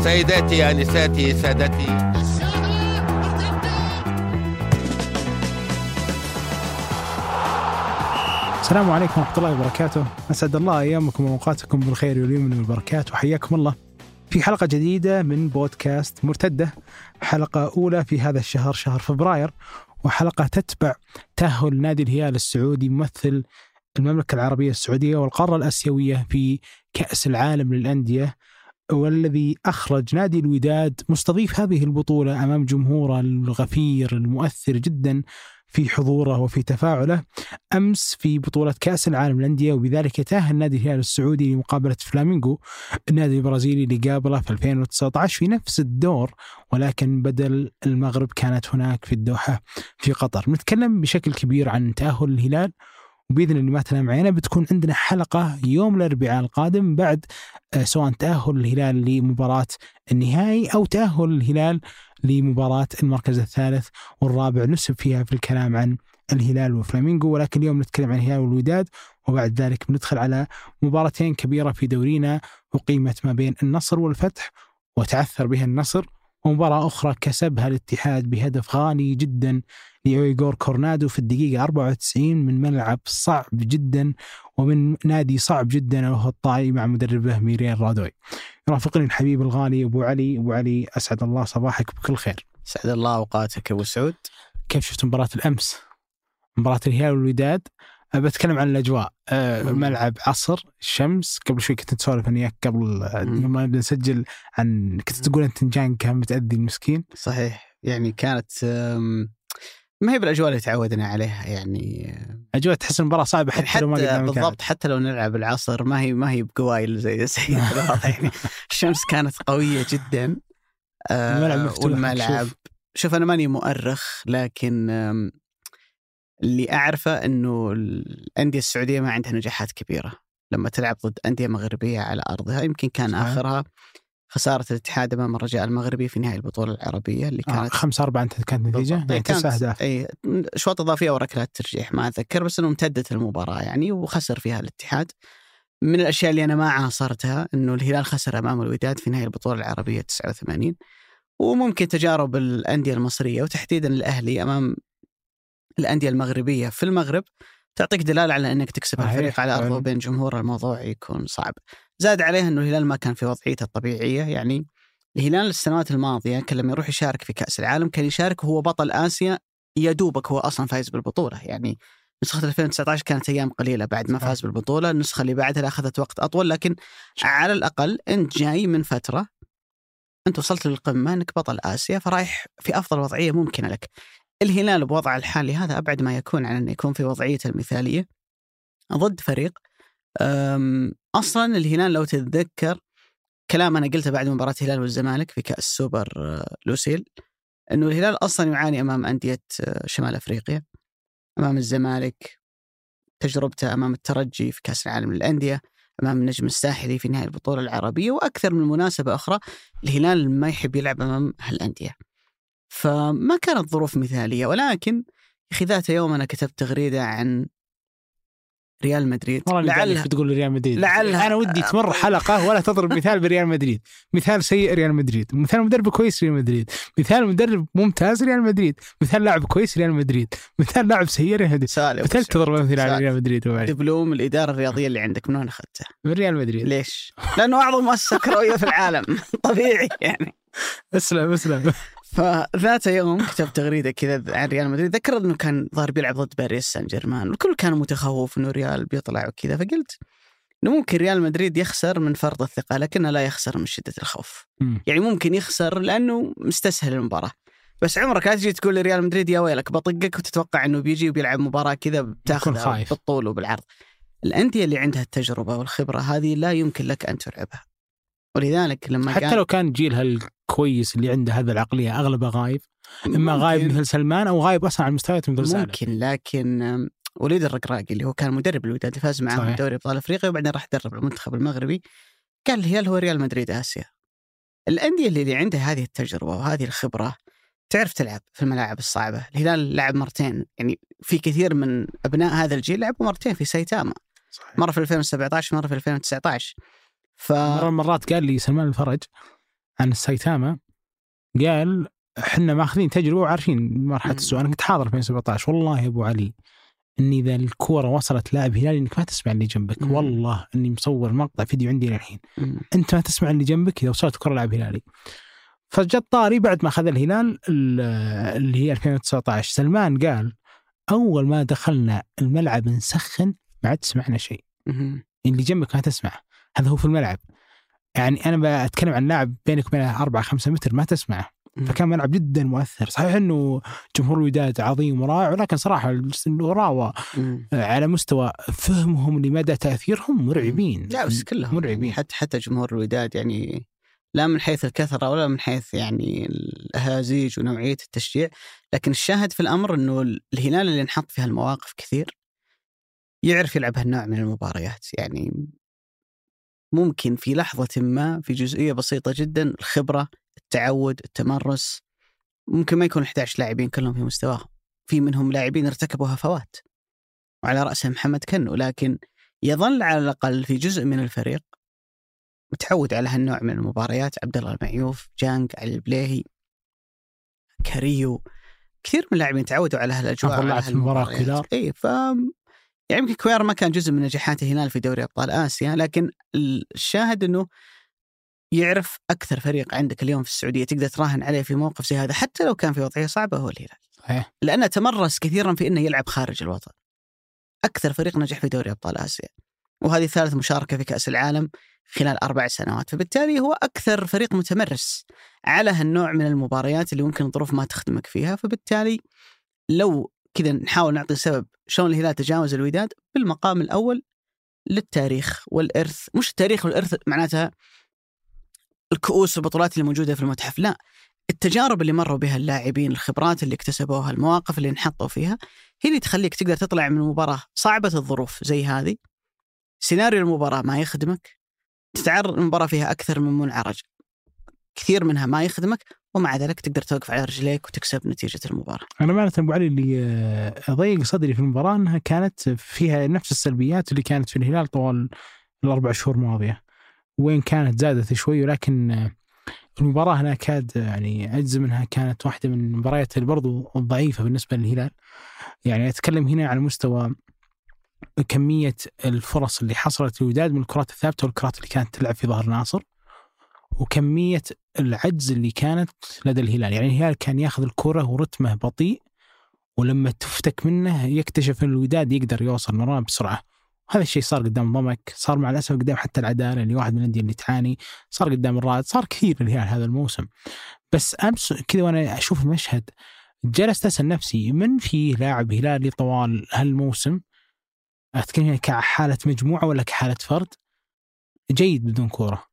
سيداتي أنساتي سادتي، السلام عليكم ورحمة الله وبركاته. أسعد الله أيامكم وأوقاتكم بالخير واليمن والبركات، وحياكم الله في حلقة جديدة من بودكاست مرتدة، حلقة أولى في هذا الشهر، شهر فبراير، وحلقة تتبع تأهل نادي الهلال السعودي ممثل المملكة العربية السعودية والقارة الآسيوية في كأس العالم للأندية، والذي أخرج نادي الوداد مستضيف هذه البطولة أمام جمهوره الغفير المؤثر جدا في حضوره وفي تفاعله أمس في بطولة كأس العالم للأندية. وبذلك يتأهل نادي الهلال السعودي لمقابلة فلامينغو النادي البرازيلي اللي قابله في 2019 في نفس الدور، ولكن بدل المغرب كانت هناك في الدوحة في قطر. نتكلم بشكل كبير عن تأهل الهلال، وبإذن الله ما تنام عينا بتكون عندنا حلقة يوم الأربعاء القادم بعد سواء تأهل الهلال لمباراة النهائي أو تأهل الهلال لمباراة المركز الثالث والرابع، نسب فيها في الكلام عن الهلال وفلامينغو، ولكن اليوم نتكلم عن الهلال والوداد، وبعد ذلك بندخل على مباراتين كبيرة في دورينا أقيمت ما بين النصر والفتح وتعثر بها النصر، ومباراة أخرى كسبها الاتحاد بهدف غالي جدا لإيغور كورنادو في الدقيقة 94 من ملعب صعب جدا ومن نادي صعب جدا وهو الطائي مع مدربه ميريال رادوي. يرافقني الحبيب الغالي أبو علي، أسعد الله صباحك بكل خير. سعد الله أوقاتك أبو سعود. كيف شفت مباراة الأمس، مباراة الهلال والوداد؟ بتكلم عن الأجواء. ملعب عصر الشمس. قبل شوي كنت نسولف أنا وياك قبل ما نبدأ نسجل عن كنت تقول أنت تنجان كان متأذي المسكين. صحيح، يعني كانت ما هي بالأجواء اللي تعودنا عليها، يعني أجواء تحس المباراة صعبة حتى لو ما قدامك بالضبط، حتى لو نلعب العصر ما هي بقوائل زي يعني الشمس كانت قوية جدا. والملعب شوف أنا ماني مؤرخ، لكن اللي أعرفه أنه الأندية السعودية ما عندها نجاحات كبيرة لما تلعب ضد أندية مغربية على أرضها. يمكن كان آخرها خسارة الاتحاد أمام الرجاء المغربي في نهائي البطولة العربية اللي كانت 5-4 كانت نتيجة، يعني 9 أهداف، أي شوط إضافية وركلات ترجيح ما أتذكر، بس إنه امتدت المباراة يعني وخسر فيها الاتحاد. من الأشياء اللي أنا ما عاصرتها إنه الهلال خسر أمام الوداد في نهائي البطولة العربية 89، وممكن تجارب الأندية المصرية وتحديدا الأهلي أمام الأندية المغربية في المغرب تعطيك دلالة على أنك تكسب الفريق على أرضه بين جمهور، الموضوع يكون صعب. زاد عليها أنه الهلال ما كان في وضعيته الطبيعية، يعني الهلال السنوات الماضية كان لما يروح يشارك في كأس العالم كان يشارك هو بطل آسيا، يدوبك هو أصلا فايز بالبطولة. يعني نسخة 2019 كانت أيام قليلة بعد ما فاز بالبطولة، النسخة اللي بعدها أخذت وقت أطول، لكن على الأقل أنت جاي من فترة أنت وصلت للقمة أنك بطل آسيا، فرايح في أفضل وضعية ممكنة لك. الهلال بوضع الحالي هذا أبعد ما يكون عن أن يكون في وضعيته المثالية ضد فريق. أصلا الهلال لو تتذكر كلام أنا قلته بعد مباراة الهلال والزمالك في كأس سوبر لوسيل، أنه الهلال أصلا يعاني أمام أندية شمال أفريقيا، أمام الزمالك تجربته أمام الترجي في كأس العالم للأندية، أمام النجم الساحلي في نهائي البطولة العربية، وأكثر من مناسبة أخرى الهلال ما يحب يلعب أمام هالأندية، فما كانت ظروف مثالية. ولكن أخي ذات يوم أنا كتبت تغريدة عن ريال مدريد، لعلها بتقول ريال مدريد، أنا ودي تمر حلقة ولا تضرب مثال بريال مدريد، مثال سيء ريال مدريد، مثال مدرب كويس ريال مدريد، مثال مدرب ممتاز ريال مدريد، مثال لاعب كويس ريال مدريد، مثال لاعب سيء ريال مدريد، مثال تضرب مثال على ريال مدريد. دبلوم الإدارة الرياضية اللي عندك من وين أخذته؟ من ريال مدريد. ليش؟ لأنه أعظم مؤسسة كروية في العالم طبيعي يعني. اسلم. فذات يوم كتبت تغريدة كذا عن ريال مدريد، ذكر أنه كان ظاهر بيلعب ضد باريس سان جيرمان، والكل كان متخوف أنه ريال بيطلع وكذا، فقلت أنه ممكن ريال مدريد يخسر من فرط الثقة لكنه لا يخسر من شدة الخوف. يعني ممكن يخسر لأنه مستسهل المباراة، بس عمرك لا تجي تقول لريال مدريد يا ويلك بطقك وتتوقع أنه بيجي وبيلعب مباراة كذا بتاخذها بالطول وبالعرض. الأندية اللي عندها التجربة والخبرة هذه لا يمكن لك أن تلعبها، ولذلك لما حتى لو كان جيلها الكويس اللي عنده هذا العقلية أغلبه غايب، إما غايب مثل سلمان أو غايب أصلا عن مستويات مثل سالم ممكن. لكن وليد الرقراقي اللي هو كان مدرب الوداد فاز معه بدوري أبطال أفريقيا وبعدين راح يدرب المنتخب المغربي، قال الهلال هو ريال مدريد آسيا. الأندية اللي عندها هذه التجربة وهذه الخبرة تعرف تلعب في الملاعب الصعبة. الهلال لعب مرتين، يعني في كثير من أبناء هذا الجيل لعبوا مرتين في سايتاما، مرة في 2017 مرة في 2019. مرات قال لي سلمان الفرج عن السايتاما قال احنا ماخذين تجربة وعارفين مرحلة السوء. أنا كنت حاضر في 2017 والله يا أبو علي إني إذا الكورة وصلت لاعب هلالي إنك ما تسمع اللي جنبك. والله إني مصور مقطع فيديو عندي للحين أنت ما تسمع اللي جنبك إذا وصلت كرة لاعب هلالي. فجاء طاري بعد ما أخذ الهلال اللي هي 2019 سلمان قال أول ما دخلنا الملعب نسخن ما عاد سمعنا شيء. اللي جنبك ما تسمع. هذا هو في الملعب. يعني أنا بتكلم عن لاعب بينك وبينه 4-5 متر ما تسمعه. فكان ملعب جدا مؤثر. صحيح أنه جمهور الوداد عظيم ورائع ولكن صراحة الوراوة على مستوى فهمهم لمدى تأثيرهم مرعبين. لا بس كلهم مرعبين. حتى جمهور الوداد يعني لا من حيث الكثرة ولا من حيث يعني الأهازيج ونوعية التشجيع. لكن الشاهد في الأمر أنه الهلال اللي نحط فيها المواقف كثير يعرف يلعب هالنوع من المباريات. يعني ممكن في لحظة ما في جزئية بسيطة جدا الخبرة التعود التمرس ممكن ما يكون 11 لاعبين كلهم في مستواهم. في منهم لاعبين ارتكبوا هفوات وعلى رأسهم محمد كنو. لكن يظل على الأقل في جزء من الفريق متعود على هالنوع من المباريات. عبد الله المعيوف جانج علي البليهي كاريو كثير من اللاعبين تعودوا على هالأجواء على هالمباريات. إيه يعني يمكن كوير ما كان جزء من نجاحات الهلال في دوري أبطال آسيا. لكن الشاهد أنه يعرف أكثر فريق عندك اليوم في السعودية تقدر تراهن عليه في موقف زي هذا حتى لو كان في وضعية صعبة هو الهلال. لأنه تمرس كثيرا في أنه يلعب خارج الوطن. أكثر فريق نجح في دوري أبطال آسيا وهذه ثالث مشاركة في كأس العالم خلال 4 سنوات. فبالتالي هو أكثر فريق متمرس على هالنوع من المباريات اللي ممكن الظروف ما تخدمك فيها. فبالتالي لو كذا نحاول نعطي سبب شلون الهلال تجاوز الوداد بالمقام الأول للتاريخ والإرث. مش التاريخ والإرث معناتها الكؤوس والبطولات اللي موجودة في المتحف. لا، التجارب اللي مروا بها اللاعبين الخبرات اللي اكتسبوها المواقف اللي نحطوا فيها هي اللي تخليك تقدر تطلع من مباراة صعبة الظروف زي هذه سيناريو المباراة ما يخدمك تتعرض المباراة فيها أكثر من منعرج كثير منها ما يخدمك ومع ذلك تقدر توقف على رجليك وتكسب نتيجة المباراة. أنا معناته أبو علي اللي ضيق صدري في المباراة أنها كانت فيها نفس السلبيات اللي كانت في الهلال طوال 4 شهور الماضية وين كانت زادت شوي. ولكن المباراة هنا كاد يعني أجزم أنها كانت واحدة من المباريات اللي برضو الضعيفة بالنسبة للهلال. يعني أتكلم هنا على مستوى كمية الفرص اللي حصلت للوداد من الكرات الثابتة والكرات اللي كانت تلعب في ظهر ناصر وكمية العجز اللي كانت لدى الهلال. يعني الهلال كان ياخذ الكرة ورتمه بطيء ولما تفتك منه يكتشف أن الوداد يقدر يوصل مرة بسرعة. هذا الشيء صار قدام ضمك صار مع الأسف قدام حتى العدالة اللي واحد من الأندية اللي تعاني صار قدام الرائد صار كثير الهلال هذا الموسم. بس أمس كذا وأنا أشوف المشهد جلست أسأل نفسي من فيه لاعب هلالي طوال هالموسم أتكلم هنا كحالة مجموعة ولا كحالة فرد جيد بدون كورة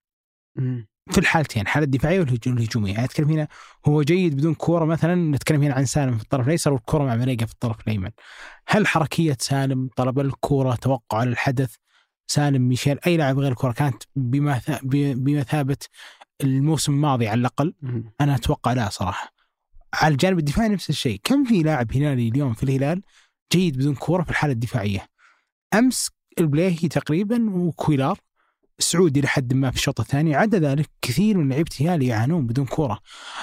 في الحالتين حالة الدفاعية والهجومية. يعني أتكلم هنا هو جيد بدون كورة مثلا نتكلم هنا عن سالم في الطرف الأيسر والكورة مع مريقة في الطرف الأيمن. هل حركية سالم طلب الكورة توقع الحدث سالم ميشيل أي لاعب غير الكورة كانت بمثابة الموسم الماضي على الأقل؟ أنا أتوقع لا صراحة. على الجانب الدفاعي نفس الشيء. كم في لاعب هلالي اليوم في الهلال جيد بدون كورة في الحالة الدفاعية؟ أمس البليهي تقريبا وكويلار السعودي لحد ما في الشوط الثاني. عدا ذلك كثير من لعيبة الهلال يعانون بدون كورة.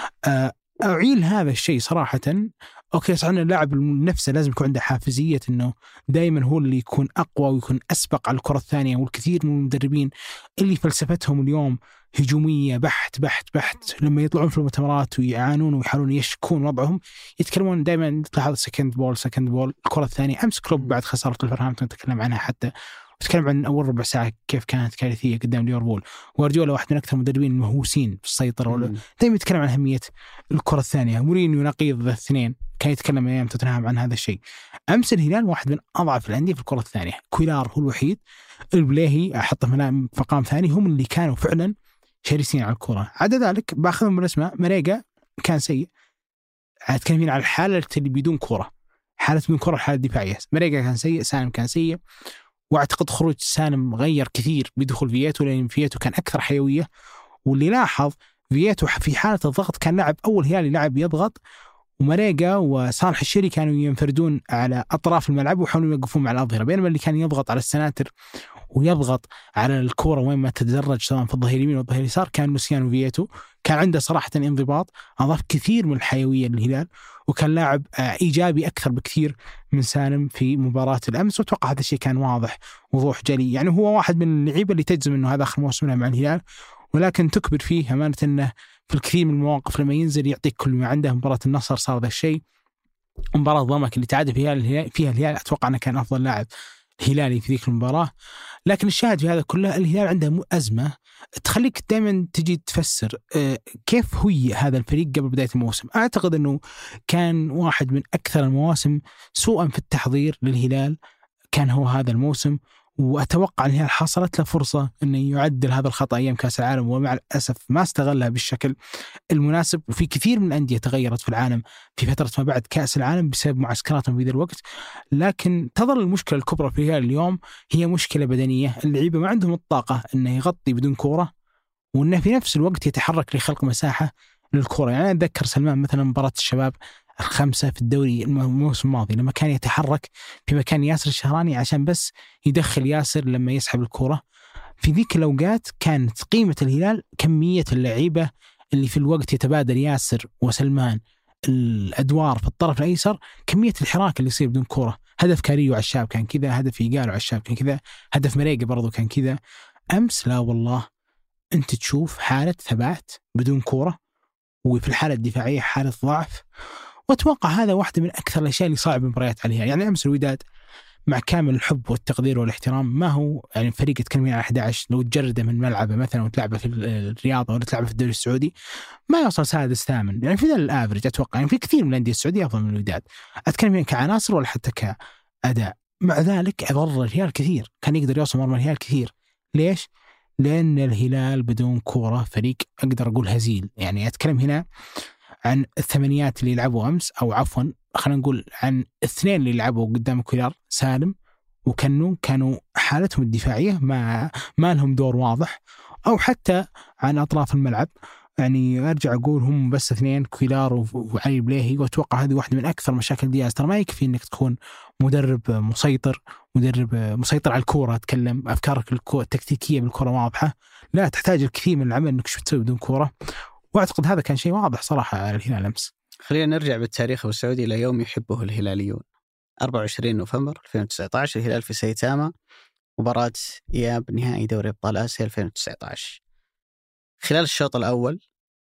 أعيل هذا الشيء صراحة. أوكي صحيح اللاعب نفسه لازم يكون عنده حافزية إنه دائما هو اللي يكون أقوى ويكون أسبق على الكرة الثانية. والكثير من المدربين اللي فلسفتهم اليوم هجومية بحت بحت بحت لما يطلعون في المؤتمرات ويعانون ويحاولون يشكون وضعهم يتكلمون دائما تلاحظ سكند بول الكرة الثانية. أمس كلوب بعد خسارة الفرهامبتون تكلم عنها حتى وتكلم عن أول ربع ساعة كيف كانت كارثية قدام ليفربول. وارديولا واحد من أكثر المدربين المهووسين في السيطرة دائما يتكلم عن أهمية الكرة الثانية. مورينيو نقيض الاثنين كان يتكلم أيام توتنهام عن هذا الشيء. أمس الهلال واحد من أضعف الأندية في الكرة الثانية. كويلار هو الوحيد البليهي أحطه في مقام ثاني هم اللي كانوا فعلا شرسين على الكرة. عدا ذلك باخذهم بالاسماء مريقة كان سيء. أتكلم على الحالة اللي بدون كرة حالة بدون كرة الحالة الدفاعية. مريقة كان سيء سالم كان سيء واعتقد خروج سالم غير كثير بدخول فييتو لأن فييتو كان أكثر حيوية. واللي لاحظ فييتو في حالة الضغط كان لاعب أول هلالي لاعب يضغط ومريقا وصالح الشري كانوا ينفردون على أطراف الملعب ويحاولون يوقفون مع الأظهرة، بينما اللي كان يضغط على السناتر ويضغط على الكرة وين ما تتدرج سواء في الظهير اليمين والظهير اليسار كان لوسيانو فييتو. كان عنده صراحة انضباط، أضاف كثير من الحيوية للهلال، وكان لاعب إيجابي أكثر بكثير من سالم في مباراة الأمس، وأتوقع هذا الشيء كان واضح وضوح جلي. يعني هو واحد من اللعيبة اللي تجزم أنه هذا آخر موسم له مع الهلال، ولكن تكبر فيه أمانة أنه في الكثير من المواقف لما ينزل يعطيك كل ما عنده. مباراة النصر صار ذا الشيء، مباراة ضمك اللي تعادل فيها الهلال أتوقع أنه كان أفضل لاعب الهلالي في ذيك المباراة. لكن الشاهد في هذا كله الهلال عنده أزمة تخليك دائما تجي تفسر كيف هي هذا الفريق قبل بداية الموسم. أعتقد أنه كان واحد من أكثر المواسم سوءا في التحضير للهلال كان هو هذا الموسم، وأتوقع أنها حصلت له فرصة أنه يعدل هذا الخطأ أيام كأس العالم، ومع الأسف ما استغلها بالشكل المناسب. وفي كثير من الأندية تغيرت في العالم في فترة ما بعد كأس العالم بسبب معسكراتهم في ذا الوقت. لكن تظل المشكلة الكبرى في الهلال اليوم هي مشكلة بدنية. اللعيبة ما عندهم الطاقة أنه يغطي بدون كورة، وأنه في نفس الوقت يتحرك لخلق مساحة للكورة. يعني أتذكر سلمان مثلا مباراة الشباب 5 في الدوري الموسم الماضي لما كان يتحرك في مكان ياسر الشهراني عشان بس يدخل ياسر لما يسحب الكرة. في ذيك الأوقات كانت قيمة الهلال كمية اللعيبة اللي في الوقت يتبادل ياسر وسلمان الأدوار في الطرف الأيسر، كمية الحراك اللي يصير بدون كرة. هدف كاريو على الشاب كان كذا، هدف إيقالو على الشاب كان كذا، هدف مريقة برضو كان كذا. أمس لا والله أنت تشوف حالة ثبات بدون كرة، وفي الحالة الدفاعية حالة ضعف. وأتوقع هذا واحدة من أكثر الأشياء اللي صعب مباريات عليها. يعني أمس الوداد مع كامل الحب والتقدير والاحترام ما هو يعني فريق تكلمين على 11 لو تجرده من ملعبه مثلا وتلعبه في الرياض ولا تلعبه في الدوري السعودي ما يوصل سادس ثامن، يعني في ذا الافرج. أتوقع يعني في كثير من الأندية السعودية أفضل من الوداد، أتكلم كعناصر ولا حتى كأداء. مع ذلك أضر الهلال كثير، كان يقدر يوصل مرمى الهلال كثير. ليش؟ لأن الهلال بدون كورة فريق أقدر أقول هزيل. يعني أتكلم هنا عن الثمانيات اللي لعبوا أمس، أو عفوا خلينا نقول عن 2 اللي لعبوا قدام كولار، سالم وكنو، كانوا حالتهم الدفاعية ما لهم دور واضح، أو حتى عن أطراف الملعب. يعني أرجع أقول هم بس 2 كولار وعلي بليهي، وأتوقع هذه واحدة من أكثر مشاكل دياز. ترى ما يكفي إنك تكون مدرب مسيطر على الكورة، أتكلم أفكارك التكتيكية بالكورة واضحة، لا تحتاج الكثير من العمل إنك شو تسوي بدون كورة. واعتقد هذا كان شيء واضح صراحة على الهلال أمس. خلينا نرجع بالتاريخ السعودي إلى يوم يحبه الهلاليون. 24 نوفمبر 2019 الهلال في سايتاما، مباراة إياب نهائي دوري أبطال آسيا 2019. خلال الشوط الأول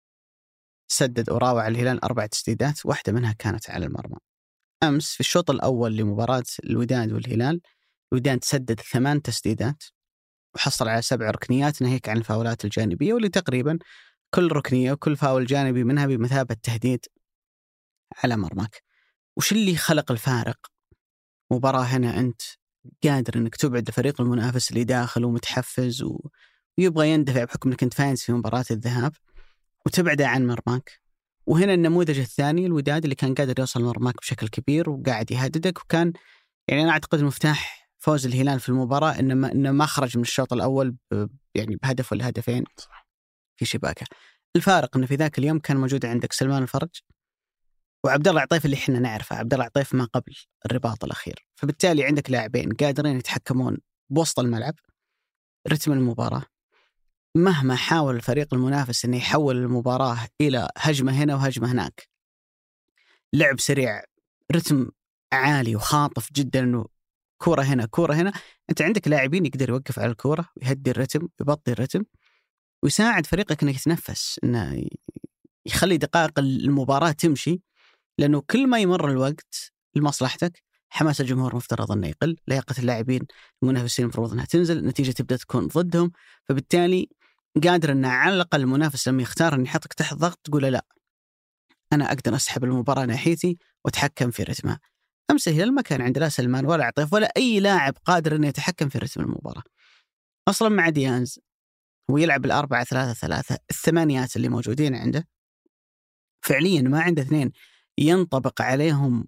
سدد وراوع الهلال 4 تسديدات، واحدة منها كانت على المرمى. أمس في الشوط الأول لمباراة الوداد والهلال، الوداد تسدد 8 تسديدات وحصل على 7 ركنيات ناهيك عن الفاولات الجانبية، واللي تقريبا كل ركنية وكل فاول جانبي منها بمثابة تهديد على مرماك. وش اللي خلق الفارق؟ مباراة هنا أنت قادر أنك تبعد الفريق المنافس اللي داخل ومتحفز ويبغى يندفع بحكم أنك أنت فايز في مباراة الذهاب، وتبعده عن مرماك. وهنا النموذج الثاني الوداد اللي كان قادر يوصل مرماك بشكل كبير وقاعد يهددك، وكان يعني أنا أعتقد مفتاح فوز الهلال في المباراة إنه ما خرج من الشوط الأول يعني بهدف ولا هدفين في شباكه. الفارق إنه في ذاك اليوم كان موجود عندك سلمان الفرج وعبد الله عطيف اللي احنا نعرفه، عبد الله عطيف ما قبل الرباط الأخير. فبالتالي عندك لاعبين قادرين يتحكمون بوسط الملعب رتم المباراة. مهما حاول الفريق المنافس إنه يحول المباراة إلى هجمة هنا وهجمة هناك، لعب سريع، رتم عالي وخاطف جدا، إنه كورة هنا كورة هنا، أنت عندك لاعبين يقدر يوقف على الكورة ويهدي الرتم، يبطي الرتم، ويساعد فريقك إنه يتنفس، إنه يخلي دقائق المباراة تمشي. لأنه كل ما يمر الوقت لمصلحتك حماس الجمهور مفترض أنه يقل، لياقة اللاعبين المنافسين مفروض أنها تنزل، النتيجة تبدأ تكون ضدهم. فبالتالي قادر أن على الأقل المنافس لما يختار أن يحطك تحت ضغط تقول لا أنا أقدر أسحب المباراة ناحيتي وأتحكم في رتمها. أمس الهلال ما كان عند لا سلمان ولا عطيف ولا أي لاعب قادر أن يتحكم في رتم المباراة أصلا. مع ديانز ويلعب 4-3-3، الثمانيات اللي موجودين عنده فعليا ما عنده 2 ينطبق عليهم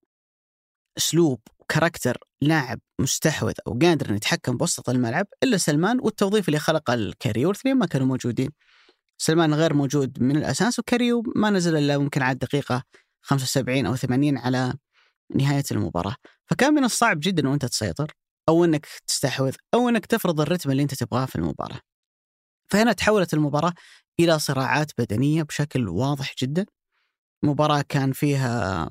أسلوب وكاركتر لاعب مستحوذ أو قادر أن يتحكم بوسط الملعب إلا سلمان، والتوظيف اللي خلق الكاريو، والاثنين ما كانوا موجودين. سلمان غير موجود من الأساس، وكاريو ما نزل إلا ممكن على الدقيقة 75 أو 80 على نهاية المباراة. فكان من الصعب جدا وأنت تسيطر أو أنك تستحوذ أو أنك تفرض الرتم اللي أنت تبغاه في المباراة. فهنا تحولت المباراة إلى صراعات بدنية بشكل واضح جدا. مباراة كان فيها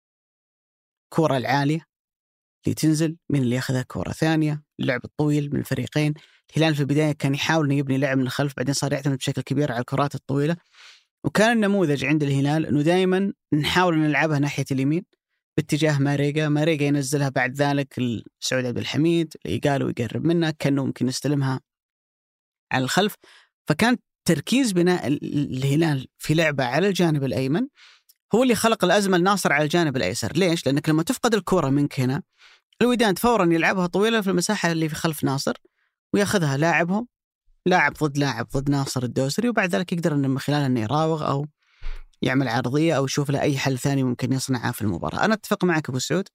كرة العالية اللي تنزل، من اللي يأخذها كرة ثانية، اللعب الطويل من الفريقين. الهلال في البداية كان يحاول أن يبني لعب من الخلف، بعدين صار يعتمد بشكل كبير على الكرات الطويلة. وكان النموذج عند الهلال أنه دائما نحاول نلعبها ناحية اليمين باتجاه ماريجا ينزلها بعد ذلك سعود عبد الحميد اللي قالوا يقرب منها، كأنه ممكن يستلمها على الخلف. فكان تركيز بناء الهلال في لعبة على الجانب الأيمن هو اللي خلق الأزمة الناصر على الجانب الأيسر. ليش؟ لأنك لما تفقد الكرة منك هنا، الوداد فورا يلعبها طويلة في المساحة اللي في خلف ناصر ويأخذها لاعبهم، لاعب ضد ناصر الدوسري، وبعد ذلك يقدر أنه من خلالها أنه يراوغ أو يعمل عرضية أو يشوف له أي حل ثاني ممكن يصنعها في المباراة. أنا أتفق معك أبو سعود،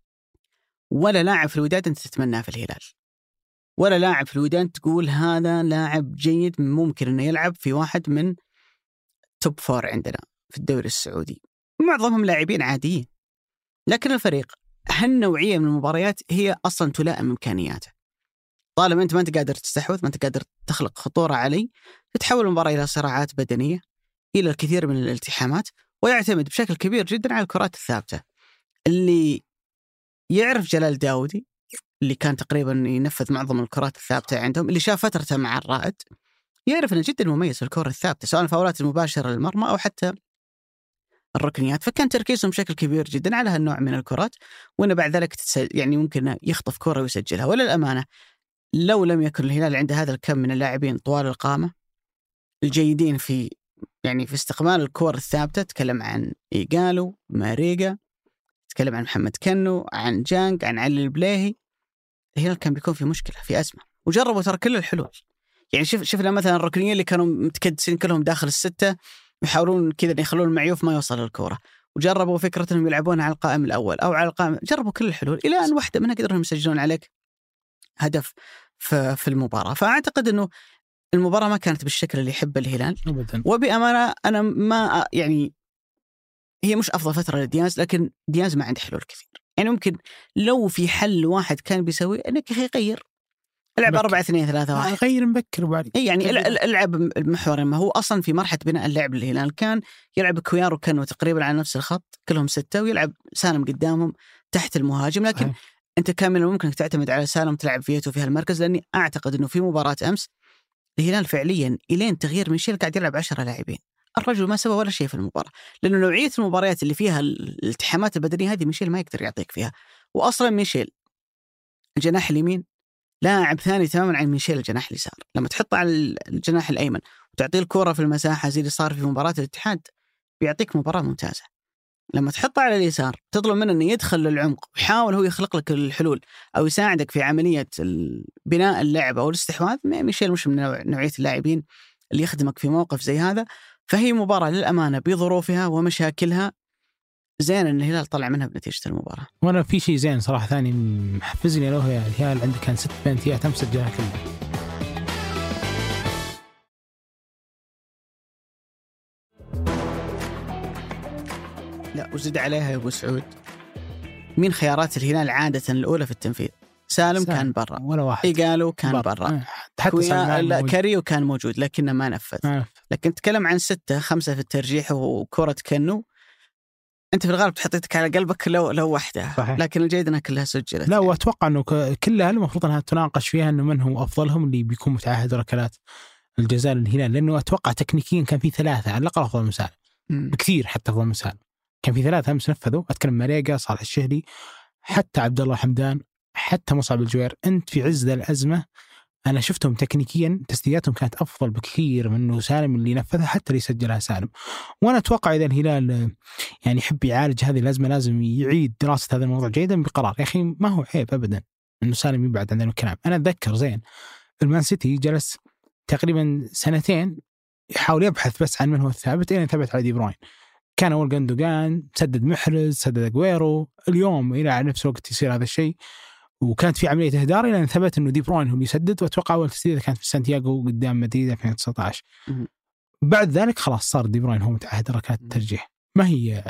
ولا لاعب في الوداد أنت تتمناه في الهلال، ولا لاعب في الوداد تقول هذا لاعب جيد ممكن أنه يلعب في واحد من توب 4 عندنا في الدوري السعودي. معظمهم لاعبين عاديين، لكن الفريق هالنوعية من المباريات هي أصلا تلائم إمكانياته. طالما أنت ما أنت قادر تستحوذ، ما أنت قادر تخلق خطورة علي، تتحول المباراة إلى صراعات بدنية، إلى الكثير من الالتحامات، ويعتمد بشكل كبير جدا على الكرات الثابتة. اللي يعرف جلال داودي اللي كان تقريبا ينفذ معظم الكرات الثابتة عندهم، اللي شاف فترته مع الرائد، يعرف أنه جدا مميز في الكرة الثابتة، سواء الفاولات المباشرة للمرمى أو حتى الركنيات. فكان تركيزهم بشكل كبير جدا على هالنوع من الكرات، وأنه بعد ذلك يعني ممكن يخطف كرة ويسجلها. وللأمانة لو لم يكن الهلال عند هذا الكم من اللاعبين طوال القامة الجيدين في استقبال الكرة الثابتة، تكلم عن إيغالو، ماريجا، تكلم عن محمد كنو، عن جانج، عن علي البليهي، الهلال كان بيكون في مشكلة، في أزمة. وجربوا ترى كل الحلول. يعني شفنا مثلا الركنيين اللي كانوا متكدسين كلهم داخل الستة، يحاولون كذا يخلون المعيوف ما يوصل للكرة، وجربوا فكرة أنهم يلعبون على القائم الأول أو على القائم، جربوا كل الحلول إلى أن واحدة منها قدروا يسجلون عليك هدف في المباراة. فأعتقد أنه المباراة ما كانت بالشكل اللي يحب الهلال أبداً. وبأمانة أنا ما هي مش أفضل فترة لدياز، لكن دياز ما عنده حلول كثير. يعني ممكن لو في حل واحد كان بيسوي انك يغير العب 4-2-3-1، غير مبكر بعد. يعني العب المحور. ما هو اصلا في مرحله بناء اللعب للهلال كان يلعب كويار وكانوا تقريبا على نفس الخط كلهم 6، ويلعب سالم قدامهم تحت المهاجم. لكن انت كامل ممكن تعتمد على سالم تلعب فيتو في هالمركز، لاني اعتقد انه في مباراه امس الهلال فعليا الين تغيير ميشيل قاعد يلعب 10 لاعبين. الرجل ما سوى ولا شيء في المباراة، لأنه نوعية المباريات اللي فيها الالتحامات البدنية هذه ميشيل ما يقدر يعطيك فيها. وأصلا ميشيل الجناح اليمين لاعب ثاني تماما عن ميشيل الجناح اليسار. لما تحطه على الجناح الأيمن وتعطيه الكرة في المساحة زي اللي صار في مباراة الاتحاد بيعطيك مباراة ممتازة. لما تحطه على اليسار تطلب منه أنه يدخل للعمق ويحاول هو يخلق لك الحلول أو يساعدك في عملية بناء اللعب أو الاستحواذ. ميشيل مش من نوعية اللاعبين اللي يخدمك في موقف زي هذا. فهي مباراة للأمانة بظروفها ومشاكلها زين أن الهلال طلع منها بنتيجة المباراة. وأنا في شيء زين صراحة ثاني محفزني له، يا الهلال عنده كان 6 بنتيات أمس سجلها كلها. لا وزد عليها يا أبو سعود، مين خيارات الهلال عادة الأولى في التنفيذ؟ سالم كان برا، ولا واحد. إيغالو كان برا، حتى كاريو كان موجود لكنه ما نفذ. لكن تكلم عن 6-5 في الترجيح وكرة كنو، أنت في الغالب تحطيتك على قلبك لو واحدة صحيح. لكن الجيد أنها كلها سجلت. لا وأتوقع أنه كلها المفروض أنها تناقش فيها أنه من هو أفضلهم اللي بيكون متعهد ركلات الجزاء للهلال، لأنه أتوقع تكنيكيا كان في 3 على الأقل أفضل من سالم بكثير، حتى أفضل من سالم كان في 3 أمس نفذوا. أتكلم ماريجا، صالح الشهري، حتى عبد الله حمدان، حتى مصعب الجوير. أنت في عز الأزمة أنا شفتهم تكنيكيا تسديداتهم كانت أفضل بكثير من إنه سالم اللي نفذها حتى اللي سجلها سالم. وأنا أتوقع إذا الهلال يعني يحب يعالج هذه الأزمة لازم يعيد دراسة هذا الموضوع جيدا بقرار. يا أخي ما هو عيب أبدا إنه سالم يبعد عن الكلام. أنا أتذكر زين المان سيتي جلس تقريبا 2 يحاول يبحث بس عن من هو الثابت إلى ثبت على دي بروين. كان أول جندوجان، سدد محرز، سدد أجويرو. اليوم إلى على نفس الوقت يصير هذا الشيء، وكانت في عملية إهدار إلى أن ثبت إنه دي بروين هو اللي يسدد. وأتوقع أول تسديدة كانت في سانتياغو قدام مدريد 2019. بعد ذلك خلاص صار دي بروين هو متعهد ركلات الترجيح. ما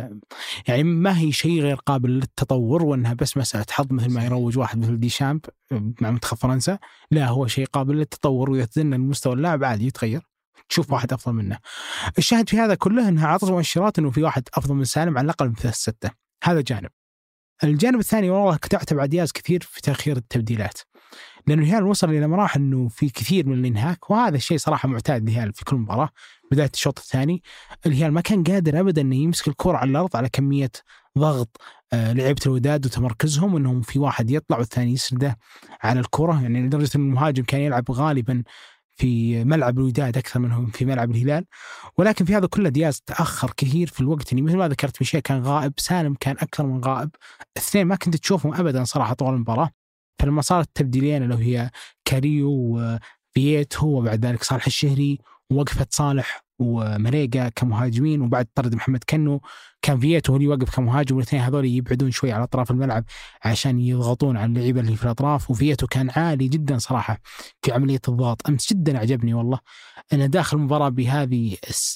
هي شيء غير قابل للتطور، وأنها بس مسألة حظ مثل ما يروج واحد مثل ديشامب مع منتخب فرنسا. لا، هو شيء قابل للتطور، وإذا تدن المستوى اللاعب عادي يتغير، تشوف واحد أفضل منه. الشاهد في هذا كله أنها عطت مؤشرات أنه في واحد أفضل من سالم على الأقل من 6. هذا جانب. الجانب الثاني والله كنت أعتب على دياز كثير في تأخير التبديلات، لأنه الهلال وصل إلى مراحل أنه في كثير من الإنهاك، وهذا الشيء صراحة معتاد الهلال في كل مباراة. بداية الشوط الثاني الهلال ما كان قادر أبدا أنه يمسك الكرة على الأرض على كمية ضغط لعيبة الوداد وتمركزهم، أنهم في واحد يطلع والثاني يسنده على الكرة، يعني لدرجة أن المهاجم كان يلعب غالبا في ملعب الوداد أكثر منهم في ملعب الهلال. ولكن في هذا كله دياز تأخر كثير في الوقت، يعني مثل ما ذكرت ميشيل كان غائب، سالم كان أكثر من غائب، الاثنين ما كنت تشوفهم أبدا صراحة طوال المباراة. فلما صارت التبديلين اللي هي كاريو وفييتو وبعد ذلك صالح الشهري ووقفة صالح ومريقا كمهاجمين، وبعد طرد محمد كنو، كان فييتو هو اللي يوقف كمهاجم، والاثنين هذول يبعدون شوي على أطراف الملعب عشان يضغطون على اللعيبة اللي في الأطراف. وفييتو كان عالي جدا صراحة في عملية الضغط أمس، جدا عجبني والله أنا داخل المباراة بهذه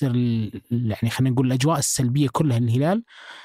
يعني خلينا نقول الأجواء السلبية كلها للهلال،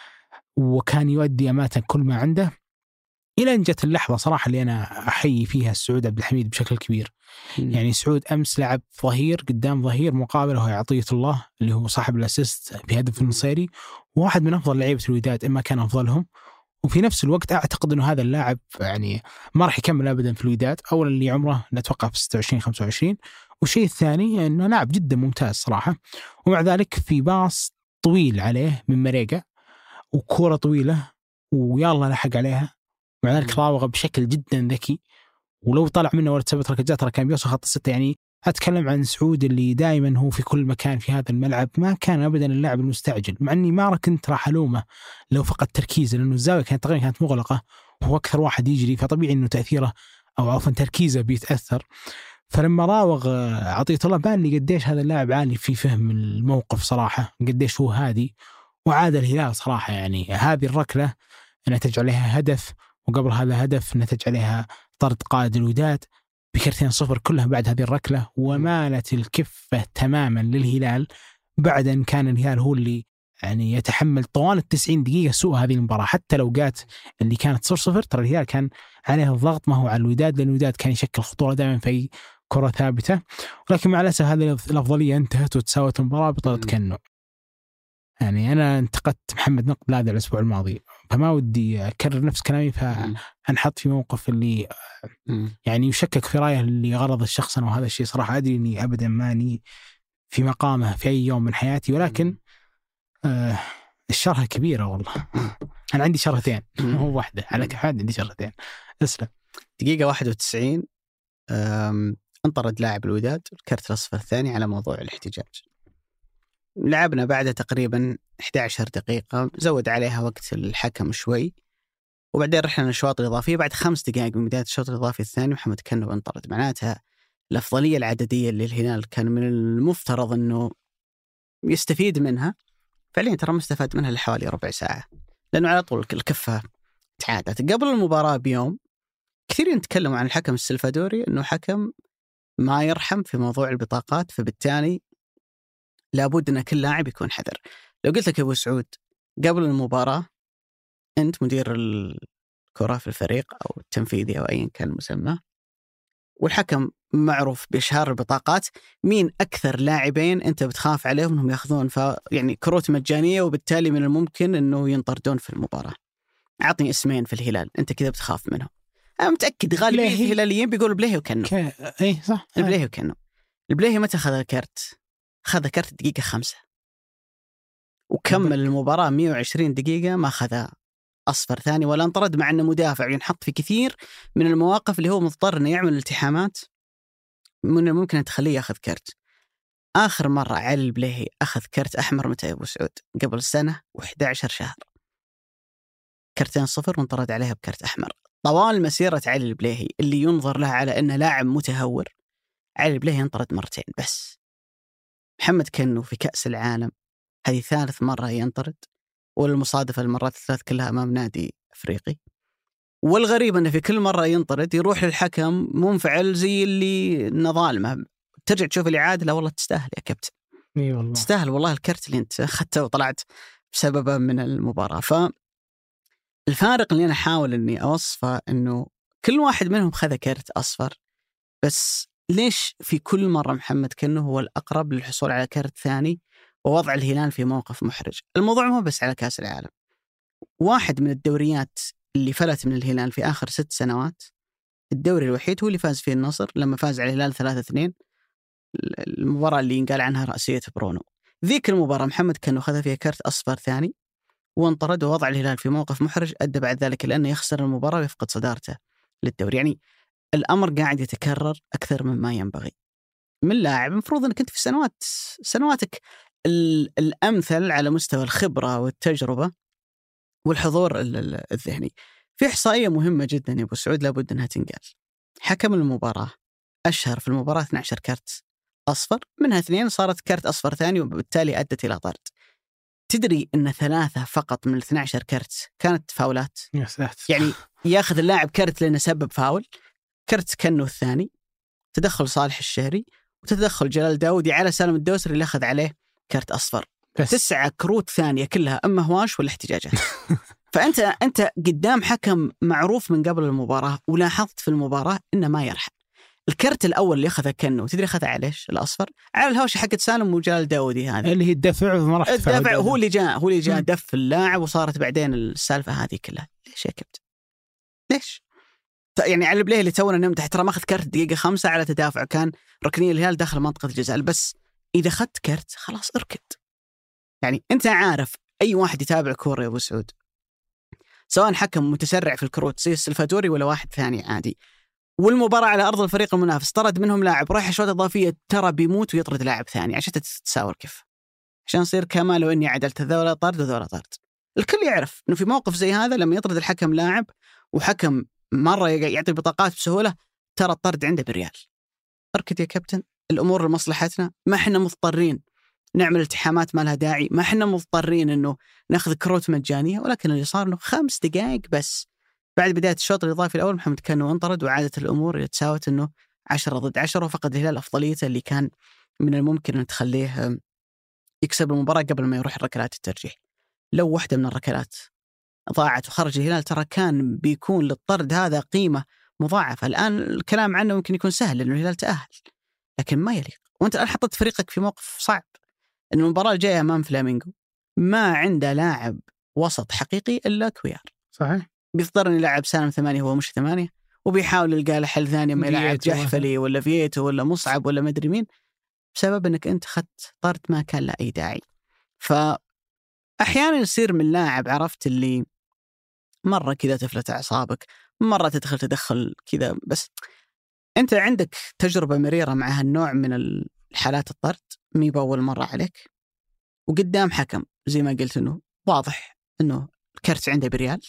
وكان يؤدي أمانة كل ما عنده، إلى أن جت اللحظة صراحة اللي أنا أحيي فيها السعود عبد الحميد بشكل كبير. يعني سعود أمس لعب ظهير قدام ظهير مقابله هو عطية الله اللي هو صاحب الأسيست بهدف النصيري، واحد من أفضل لعيبة الوداد إما كان أفضلهم. وفي نفس الوقت أعتقد أنه هذا اللاعب يعني ما راح يكمل أبدا في الوداد، أولا اللي عمره نتوقع في 26-25، والشيء الثاني أنه لاعب جدا ممتاز صراحة. ومع ذلك في باص طويل عليه من مريقا وكرة طويلة ويلا لحق عليها، مع ذلك راوغ بشكل جدا ذكي، ولو طلع منه ولا تثبت ركلات ترى كان بيوصل خط الستة. يعني أتكلم عن سعود اللي دائما هو في كل مكان في هذا الملعب، ما كان أبدا اللاعب المستعجل، مع أني ما كنت راح ألومه لو فقد تركيزه، لأنه الزاوية كانت تقريبا كانت مغلقة وهو أكثر واحد يجري، فطبيعي أنه تأثيره أو عفوا تركيزه بيتأثر. فلما راوغ عطية الله بان لي قديش هذا اللاعب عالي في فهم الموقف صراحة، قديش هو هادي، وعاد الهلال صراحة. يعني هذه الركلة نتج عليها هدف، وقبل هذا هدف نتج عليها طرد قائد الوداد بكرتين 0 كلها بعد هذه الركلة، ومالت الكفة تماما للهلال بعد أن كان الهلال هو اللي يعني يتحمل طوال 90 دقيقة سوء هذه المباراة. حتى لو جات اللي كانت 0-0 ترى الهلال كان عليه الضغط ما هو على الوداد، لأن الوداد كان يشكل خطورة دائما في كرة ثابتة، ولكن مع الأسف هذه الأفضلية انتهت وتساوت المباراة بطرد كنو. يعني أنا انتقدت محمد نقد هذا الأسبوع الماضي، فما ودي أكرر نفس كلامي، فأنحط في موقف اللي يعني يشكك في رأيه اللي غرض الشخص، وهذا الشيء صراحة أدري أني أبدا ماني في مقامه في أي يوم من حياتي، ولكن الشرهة كبيرة والله. أنا عندي شرهتين مو واحدة، على كحاد عندي شرهتين. أسلم. دقيقة 91 انطرد لاعب الوداد الكرت الأصفر الثاني على موضوع الاحتجاج. لعبنا بعد تقريبا 11 دقيقة، زود عليها وقت الحكم شوي، وبعدين رحنا الأشواط الإضافية. بعد 5 دقائق من بداية الشوط الإضافي الثاني محمد كنو انطرد. معناتها الأفضلية العددية للهلال كان من المفترض أنه يستفيد منها، فعليا ترى ما استفاد منها لحوالي ربع ساعة، لأنه على طول الكفة تعادت. قبل المباراة بيوم كثيرين يتكلموا عن الحكم السلفادوري أنه حكم ما يرحم في موضوع البطاقات، فبالتالي لابد أن كل لاعب يكون حذر. لو قلت لك يا أبو سعود قبل المباراة أنت مدير الكرة في الفريق أو التنفيذي أو أيا كان المسمى، والحكم معروف بإشهار البطاقات، مين أكثر لاعبين أنت بتخاف عليهم أنهم يأخذون يعني كروت مجانية وبالتالي من الممكن أنه ينطردون في المباراة؟ أعطني اسمين في الهلال أنت كذا بتخاف منهم. أنا متأكد غالبية الهلاليين بيقولوا بليهي وكنو. إيه صح. البليهي وكنو. البليهي متى أخذ الكرت؟ أخذ كرت دقيقة 5 وكمل المباراة 120 دقيقة ما أخذ أصفر ثاني ولا انطرد، مع أنه مدافع ينحط في كثير من المواقف اللي هو مضطر أنه يعمل التحامات من الممكن أن تخليه يأخذ كرت. آخر مرة علي البليهي أخذ كرت أحمر متى يا أبو سعود؟ قبل سنة و11 شهر، كرتين 0 وانطرد عليها بكرت أحمر. طوال مسيرة علي البليهي اللي ينظر لها على أنه لاعب متهور، علي البليهي ينطرد مرتين بس. محمد كنو في كأس العالم هذه 3 مرة ينطرد، والمصادفة المرات الثلاث كلها أمام نادي أفريقي، والغريب أنه في كل مرة ينطرد يروح للحكم منفعل زي اللي نظالمه. ترجع تشوف الإعادة، لا والله تستاهل يا كابتن. إيه والله تستاهل والله الكرت اللي أنت أخذته وطلعت سببا من المباراة. فالفارق اللي أنا أحاول أني أوصفه أنه كل واحد منهم خذ كرت أصفر، بس ليش في كل مرة محمد كنو هو الأقرب للحصول على كرت ثاني ووضع الهلال في موقف محرج؟ الموضوع مو بس على كأس العالم، واحد من الدوريات اللي فلت من الهلال في آخر 6 سنوات، الدوري الوحيد هو اللي فاز فيه النصر لما فاز على الهلال 3-2، المباراة اللي ينقال عنها رأسية برونو. ذيك المباراة محمد كانوا خذ فيها كرت أصفر ثاني وانطرد ووضع الهلال في موقف محرج أدى بعد ذلك لأنه يخسر المباراة ويفقد صدارته للدوري. يعني الأمر قاعد يتكرر أكثر مما ينبغي من لاعب. مفروض أنك أنت في سنواتك الأمثل على مستوى الخبرة والتجربة والحضور الذهني. في إحصائية مهمة جدا يا أبو سعود لابد أنها تنقال. حكم المباراة أشهر في المباراة 12 كرت أصفر، منها 2 صارت كرت أصفر ثاني وبالتالي أدت إلى طرد. تدري أن 3 فقط من 12 كرت كانت فاولات؟ يعني ياخذ اللاعب كرت لأنه سبب فاول، كرت كنو الثاني، تدخل صالح الشهري وتدخل جلال داودي على سالم الدوسري اللي أخذ عليه كرت أصفر. 9 كروت ثانية كلها أما هواش ولا احتجاجات. فأنت قدام حكم معروف من قبل المباراة، ولاحظت في المباراة إنه ما يرحم. الكرت الأول اللي أخذه كنو تدري أخذه على إيش؟ الأصفر على الهوشة حقت سالم وجلال داودي، هذه اللي هي الدفع وما راح تدفع. الدفع هو اللي جاء دف اللاعب وصارت بعدين السالفة هذه كلها. ليش يا كابتن؟ ليش؟ يعني على البلاي اللي تونا نمت ترى ماخذ كرت دقيقة 5 على تدافع، كان ركنية الهلال داخل منطقة الجزاء. بس إذا أخذت كرت خلاص اركض. يعني أنت عارف أي واحد يتابع كورة يا أبو سعود، سواء حكم متسرع في الكروت زي السلفادوري ولا واحد ثاني عادي، والمباراة على أرض الفريق المنافس طرد منهم لاعب رايح أشواط إضافية، ترى بيموت ويطرد لاعب ثاني عشان تتساور كيف، عشان يصير كما لو إني عدلت ذولا طرد وذولا طرد. الكل يعرف إنه في موقف زي هذا لما يطرد الحكم لاعب وحكم مرة يعطي بطاقات بسهولة، ترى الطرد عنده بالريال. أركد يا كابتن، الأمور لمصلحتنا، ما إحنا مضطرين نعمل التحامات ما لها داعي، ما إحنا مضطرين إنه نأخذ كروت مجانية، ولكن اللي صار إنه 5 دقائق بس بعد بداية الشوط الإضافي الأول محمد كانوا انطرد وعادت الأمور تساوت إنه 10 ضد 10، وفقد الهلال أفضليته اللي كان من الممكن أن تخليه يكسب المباراة قبل ما يروح الركلات الترجيح. لو واحدة من الركلات ضاعت وخرج الهلال ترى كان بيكون للطرد هذا قيمة مضاعفة. الآن الكلام عنه ممكن يكون سهل لأنه الهلال تأهل، لكن ما يليق. وأنت الآن حطت فريقك في موقف صعب، إن المباراة الجاية أمام فلامينغو ما عنده لاعب وسط حقيقي إلا كويار. صحيح. بيضطر أن يلعب سالم 8 هو مش 8، وبيحاول يلقى له حل ثاني ما يلعب جحفلي ولا فييتو ولا مصعب ولا مدري مين، بسبب أنك أنت خدت طرد ما كان له أي داعي. فأحيانا يصير من لاعب عرفت اللي مرة كذا تفلت أعصابك، مرة تدخل كذا، بس أنت عندك تجربة مريرة مع هالنوع من الحالات الطرد، مي بأول مرة عليك، وقدام حكم زي ما قلت إنه واضح إنه الكرت عنده بريال،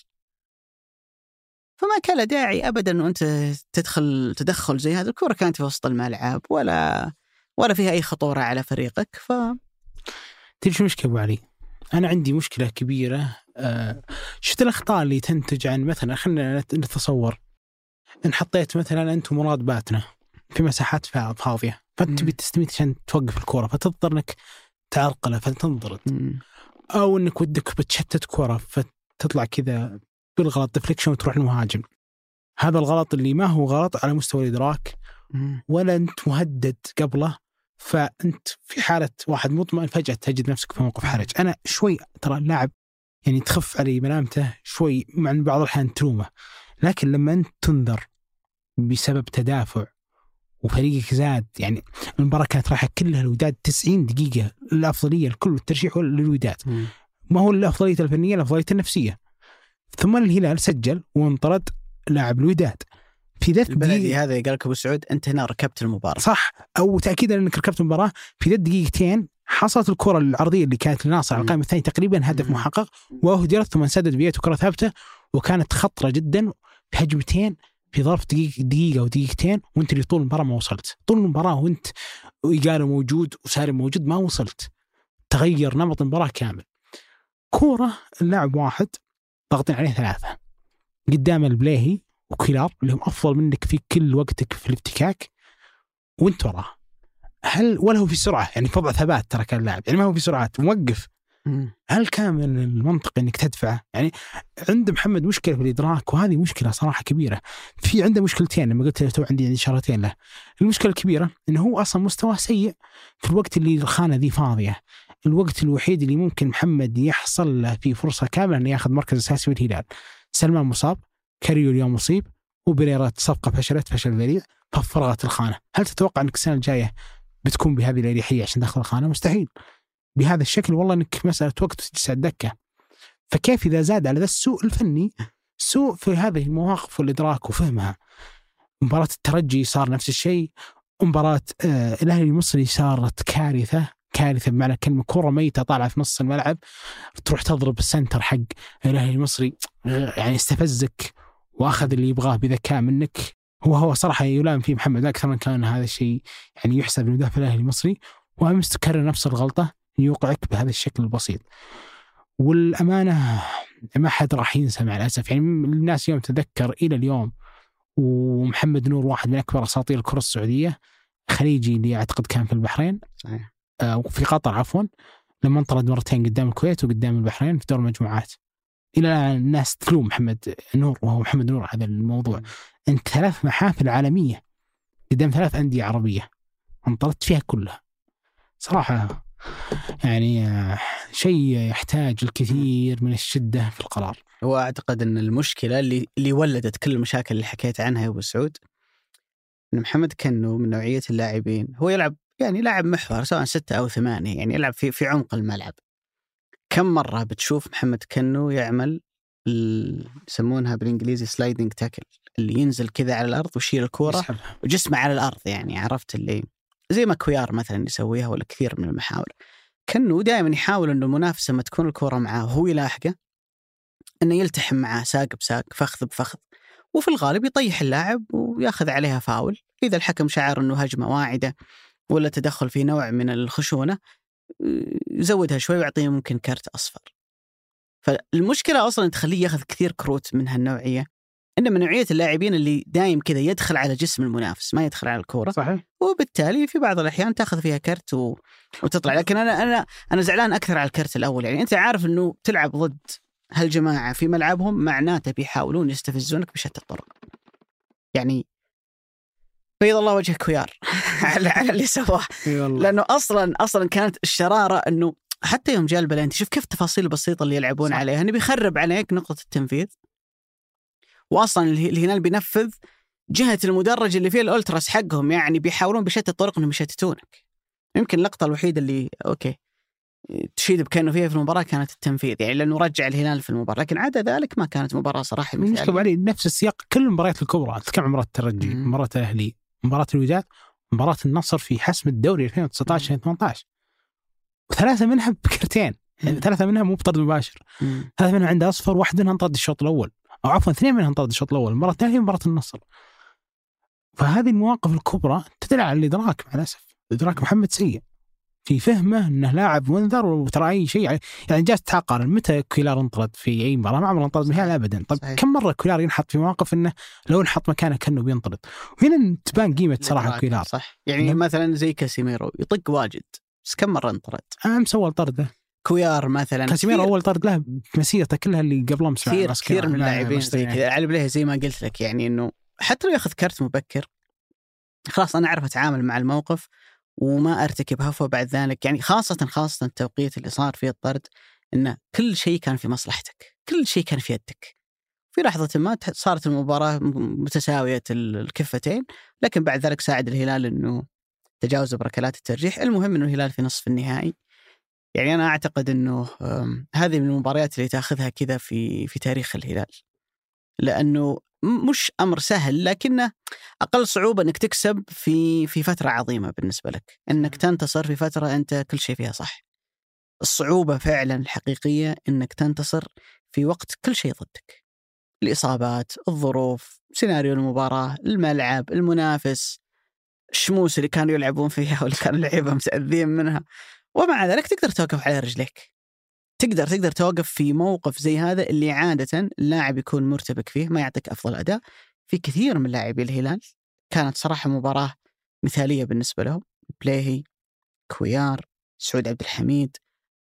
فما كان له داعي أبدا إنه أنت تدخل زي هذا. الكرة كانت في وسط الملعب ولا فيها أي خطورة على فريقك. تدري شو مشكلة أبو علي؟ أنا عندي مشكلة كبيرة. شفت الأخطاء اللي تنتج عن مثلا، خلينا نتصور إن حطيت مثلا أنت مراد باتنا في مساحات فاضية، فأنت بتستميت عشان توقف الكرة، فتضطر إنك تعرقله فتنضرد، أو إنك ودك بتشتت كرة فتطلع كذا بالغلط ديفليكشن وتروح للمهاجم. هذا الغلط اللي ما هو غلط على مستوى الإدراك ولا أنت مهدد قبله، فأنت في حالة واحد مطمئن فجأة تجد نفسك في موقف حرج. أنا شوي ترى اللاعب يعني تخف علي ملامته شوي، مع بعض الأحيان تلومه، لكن لما أنت تنذر بسبب تدافع وفريقك زاد، يعني المباراة كانت رايحة كلها الوداد 90 دقيقة، الأفضلية الكل الترشيح للوداد، ما هو الأفضلية الفنية، الأفضلية النفسية. ثم الهلال سجل وانطرد لاعب الوداد في ذات الدقيقة. هذا قال لك أبو سعود أنت هنا ركبت المباراة، صح؟ أو تأكيدا أنك ركبت المباراة. في ذات دقيقتين حصلت الكرة العرضية اللي كانت لناصر على القائم الثاني تقريبا هدف محقق، وأهدرت ثم سدد بيته كرة ثابتة، وكانت خطرة جدا بهجمتين في ظرف دقيقة ودقيقتين، وانت اللي طول المباراة ما وصلت. طول المباراة وانت إيجاله موجود وساري موجود ما وصلت، تغير نمط المباراة كامل. كورة اللاعب واحد ضغطين عليه 3 قدام البلاهي وكيلار اللي هم أفضل منك في كل وقتك في الافتكاك، وانت وراه. هل ولا هو في سرعة؟ يعني في وضع ثبات ترى كان اللاعب، يعني ما هو في سرعات، موقف هل كان من المنطق انك تدفعه؟ يعني عند محمد مشكله في الادراك، وهذه مشكله صراحه كبيره. في عنده مشكلتين لما قلت له تو عندي اشارتين له. المشكله الكبيره انه هو اصلا مستواه سيء في الوقت اللي الخانه ذي فاضيه، الوقت الوحيد اللي ممكن محمد يحصل له فيه فرصه كامله انه ياخذ مركز اساسي في الهلال. سلمان مصاب، كاريو اليوم مصيب، وبريرات صفقه فشلت فشل ذريع، ففرغت الخانه. هل تتوقع انك السنه الجايه بتكون بهذه الاريحيه عشان تاخذ الخانه؟ مستحيل بهذا الشكل. والله انك مساله وقت تجلس على الدكه. فكيف اذا زاد على ذا السوء الفني سوء في هذه المواقف والادراك وفهمها؟ مباراه الترجي صار نفس الشيء، مباراه الاهلي المصري صارت كارثه بمعنى كلمه، كره ميته طالعه في نص الملعب تروح تضرب السنتر حق الاهلي المصري، يعني استفزك واخذ اللي يبغاه بذكاء منك. هو صراحه يلام فيه محمد اكثر من كان هذا الشيء يعني يحسب لمدافع الاهلي المصري، وامس تكرر نفس الغلطه يوقعك بهذا الشكل البسيط. والامانه ما حد راح ينسى مع الاسف. يعني الناس يوم تذكر الى اليوم، ومحمد نور واحد من اكبر اساطير الكره السعوديه، خليجي اللي اعتقد كان في البحرين، صحيح، في قطر عفوا، لما انطرد مرتين قدام الكويت وقدام البحرين في دور المجموعات. الى الان الناس تلوم محمد نور، وهو محمد نور هذا الموضوع. انت 3 محافل عالميه قدام 3 انديه عربيه انطردت فيها كلها. صراحه يعني شيء يحتاج الكثير من الشده في القرار. هو اعتقد ان المشكله اللي ولدت كل المشاكل اللي حكيت عنها يا ابو سعود، ان محمد كنو من نوعيه اللاعبين، هو يلعب يعني لاعب محور سواء 6 أو 8، يعني يلعب في عمق الملعب. كم مرة بتشوف محمد كنو يعمل يسمونها بالإنجليزي سلايدنج تاكل، اللي ينزل كذا على الأرض ويشيل الكرة وجسمه على الأرض، يعني عرفت اللي زي ما كويار مثلا يسويها ولا كثير من المحاور. كنو دائما يحاول أنه المنافسة ما تكون الكرة معه هو يلاحقه، أنه يلتحم معه ساق بساق فخذ بفخذ، وفي الغالب يطيح اللاعب وياخذ عليها فاول. إذا الحكم شعر أنه هجمة واعدة ولا تدخل في نوع من الخشونة يزودها شوي ويعطيه ممكن كارت أصفر. فالمشكلة أصلا تخليه ياخذ كثير كروت من هالنوعية، إنه من نوعية اللاعبين اللي دايم كذا يدخل على جسم المنافس ما يدخل على الكرة. صحيح. وبالتالي في بعض الأحيان تأخذ فيها كرت وتطلع. لكن أنا زعلان أكثر على الكرت الأول. يعني أنت عارف إنه تلعب ضد هالجماعة في ملعبهم، معناته بيحاولون يستفزونك بشتى الطرق. يعني بيض الله وجه كويار على اللي سواه، لأنه أصلا كانت الشرارة أنه حتى يوم جاء البلنتي شوف كيف التفاصيل البسيطة اللي يلعبون صح. عليها، أنه بيخرب عليك نقطة التنفيذ، وأصلا الهلال بينفذ جهة المدرج اللي فيه الأولتراس حقهم، يعني بيحاولون بشتى الطرق أنهم يشتتونك. يمكن اللقطة الوحيدة اللي أوكي تشيد بكأنه فيها في المباراة كانت التنفيذ، يعني لأنه رجع الهلال في المباراة، لكن عدا ذلك ما كانت مباراة صراحة مثالية. علي نفس السياق كل المباريات الكبرى، تتكلم عن مباراة الترجي، مباراة الأهلي، مباراة الوداد، مباراة النصر في حسم الدوري 2019-2018، وثلاثة منها بكرتين، يعني 3 منها مو بطرد مباشر، 3 منها عنده أصفر، واحد منها انطرد الشوط الأول، أو عفوا 2 منها انطرد الشوط الأول، مباراة الأهلي ومباراة النصر. فهذه المواقف الكبرى تدل على الإدراك، مع الأسف إدراك محمد سيء في فهمه أنه لاعب منذر، وترى أي شيء يعني جالس تقارن متى كويلار انطرد في أي مباراة؟ ما عمره انطرد منها أبدا. طيب صحيح. كم مرة كويلار ينحط في مواقف أنه لو انحط مكانه كأنه بينطرد؟ وهنا تبان قيمة صراحة كويلار. صح، يعني مثلا زي كاسيميرو يطق واجد، بس كم مرة انطرد؟ أمس أول طرده. كويار مثلا، كاسيميرو أول طرد له مسيرته كلها اللي قبل أمس. كثير من اللاعبين زي كذا على بليه، زي ما قلت لك، يعني إنه حتى لو يأخذ كرت مبكر خلاص أنا أعرف أتعامل مع الموقف وما أرتكب هفوة بعد ذلك. يعني خاصة التوقيت اللي صار فيه الطرد، إنه كل شيء كان في مصلحتك، كل شيء كان في يدك. في لحظة ما صارت المباراة متساوية الكفتين، لكن بعد ذلك ساعد الهلال إنه تجاوز بركلات الترجيح. المهم إنه الهلال في نصف النهائي. يعني أنا أعتقد إنه هذه من المباريات اللي تأخذها كذا في تاريخ الهلال، لأنه مش أمر سهل، لكنه أقل صعوبة أنك تكسب في فترة عظيمة بالنسبة لك، أنك تنتصر في فترة أنت كل شيء فيها صح. الصعوبة فعلا الحقيقية أنك تنتصر في وقت كل شيء ضدك، الإصابات، الظروف، سيناريو المباراة، الملعب، المنافس، الشموس اللي كانوا يلعبون فيها واللي كانوا لعيبة متأذين منها، ومع ذلك تقدر توقف على رجليك، تقدر توقف في موقف زي هذا اللي عادة اللاعب يكون مرتبك فيه ما يعطيك أفضل أداء. في كثير من لاعبي الهلال كانت صراحة مباراة مثالية بالنسبة لهم، بليهي، كويار، سعود عبد الحميد،